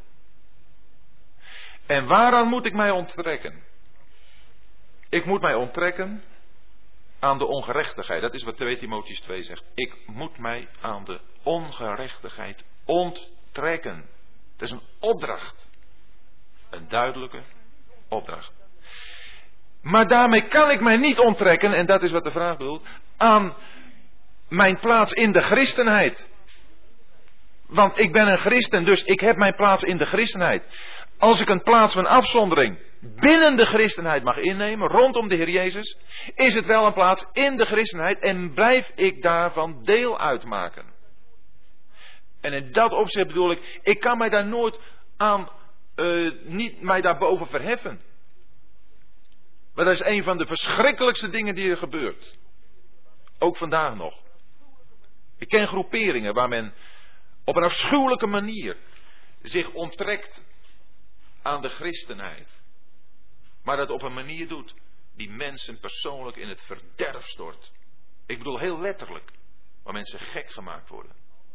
[SPEAKER 1] En waaraan moet ik mij onttrekken? Ik moet mij onttrekken aan de ongerechtigheid. Dat is wat 2 Timotheüs 2 zegt. Ik moet mij aan de ongerechtigheid onttrekken. Dat is een opdracht. Een duidelijke opdracht. Maar daarmee kan ik mij niet onttrekken, en dat is wat de vraag bedoelt, aan mijn plaats in de christenheid. Want ik ben een christen, dus ik heb mijn plaats in de christenheid. Als ik een plaats van afzondering binnen de christenheid mag innemen, rondom de Heer Jezus, is het wel een plaats in de christenheid en blijf ik daarvan deel uitmaken. En in dat opzicht bedoel ik kan mij daar nooit aan, niet mij daarboven verheffen. Maar dat is een van de verschrikkelijkste dingen die er gebeurt. Ook vandaag nog. Ik ken groeperingen waar men op een afschuwelijke manier zich onttrekt aan de christenheid. Maar dat op een manier doet die mensen persoonlijk in het verderf stort. Ik bedoel heel letterlijk. Waar mensen gek gemaakt worden.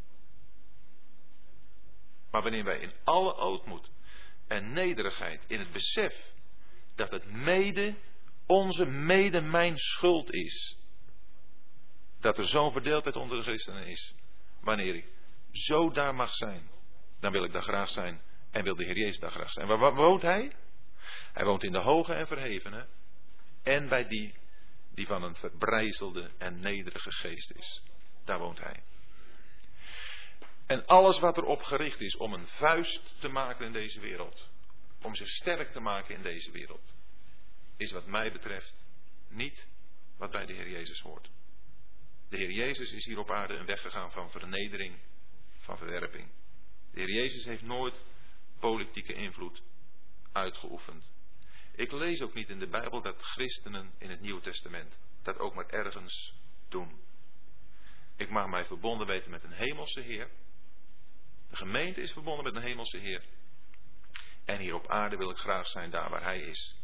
[SPEAKER 1] Maar wanneer wij in alle ootmoed en nederigheid in het besef dat het mijn schuld is. Dat er zo'n verdeeldheid onder de christenen is. Wanneer ik zo daar mag zijn, dan wil ik daar graag zijn en wil de Heer Jezus daar graag zijn. Waar woont Hij? Hij woont in de hoge en verhevene en bij die van een verbrijzelde en nederige geest is. Daar woont Hij. En alles wat erop gericht is om een vuist te maken in deze wereld, om zich sterk te maken in deze wereld, is wat mij betreft niet wat bij de Heer Jezus hoort. De Heer Jezus is hier op aarde een weg gegaan van vernedering, van verwerping. De Heer Jezus heeft nooit politieke invloed uitgeoefend. Ik lees ook niet in de Bijbel dat christenen in het Nieuwe Testament dat ook maar ergens doen. Ik mag mij verbonden weten met een hemelse Heer. De gemeente is verbonden met een hemelse Heer. En hier op aarde wil ik graag zijn daar waar Hij is.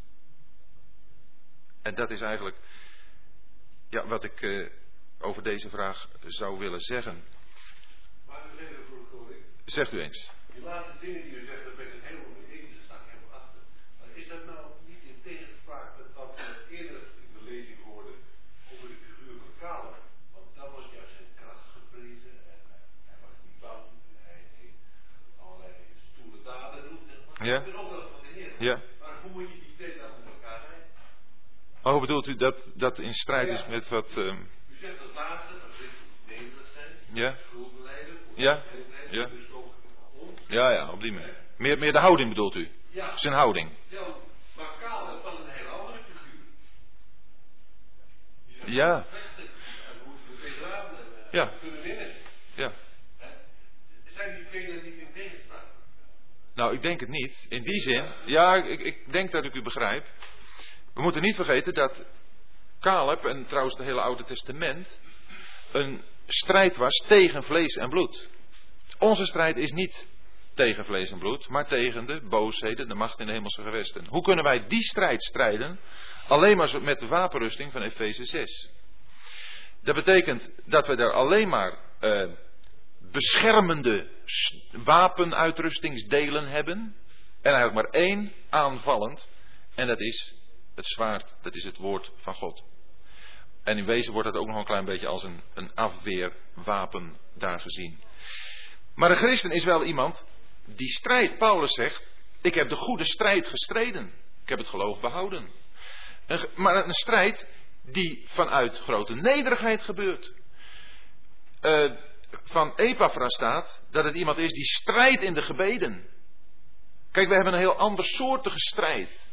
[SPEAKER 1] En dat is eigenlijk wat ik over deze vraag zou willen zeggen.
[SPEAKER 2] Maar u zegt ervoor,
[SPEAKER 1] zegt u eens.
[SPEAKER 2] Die laatste dingen die u zegt, daar ben ik het helemaal mee eens, daar sta ik helemaal achter. Maar is dat nou niet in tegenspraak met wat we eerder in de lezing hoorden over de figuur van Caleb? Want dat was juist zijn kracht geprezen en hij was niet bang en hij deed allerlei stoere daden doen.
[SPEAKER 1] Ja.
[SPEAKER 2] Ik ben ook wel van de Heer.
[SPEAKER 1] Ja.
[SPEAKER 2] Maar hoe moet je die twee dan met elkaar zijn?
[SPEAKER 1] Oh, hoe bedoelt u dat in strijd is met wat...
[SPEAKER 2] U zegt dat laatste, dat we nederig zijn,
[SPEAKER 1] Ja.
[SPEAKER 2] schuldbeleiden,
[SPEAKER 1] Ja. Ja.
[SPEAKER 2] dus ook ons.
[SPEAKER 1] Ja, op die manier. Meer de houding bedoelt u?
[SPEAKER 2] Ja.
[SPEAKER 1] Zijn houding.
[SPEAKER 2] Ja, maar Caleb was een hele andere figuur.
[SPEAKER 1] Ja.
[SPEAKER 2] En moeten we veel raden en
[SPEAKER 1] Ja.
[SPEAKER 2] kunnen winnen.
[SPEAKER 1] Ja.
[SPEAKER 2] Zijn die velen niet in tegenspraak?
[SPEAKER 1] Nou, ik denk het niet. In die zin, ja, ik denk dat ik u begrijp. We moeten niet vergeten dat Caleb, en trouwens het hele Oude Testament, een strijd was tegen vlees en bloed. Onze strijd is niet tegen vlees en bloed, maar tegen de boosheden, de macht in de hemelse gewesten. Hoe kunnen wij die strijd strijden? Alleen maar met de wapenrusting van Efeze 6. Dat betekent dat we daar alleen maar beschermende wapenuitrustingsdelen hebben. En eigenlijk maar één aanvallend. En dat is het zwaard, dat is het woord van God. En in wezen wordt dat ook nog een klein beetje als een afweerwapen daar gezien. Maar een christen is wel iemand die strijdt. Paulus zegt, ik heb de goede strijd gestreden. Ik heb het geloof behouden. Maar een strijd die vanuit grote nederigheid gebeurt. Van Epaphra staat dat het iemand is die strijdt in de gebeden. Kijk, we hebben een heel andersoortige strijd.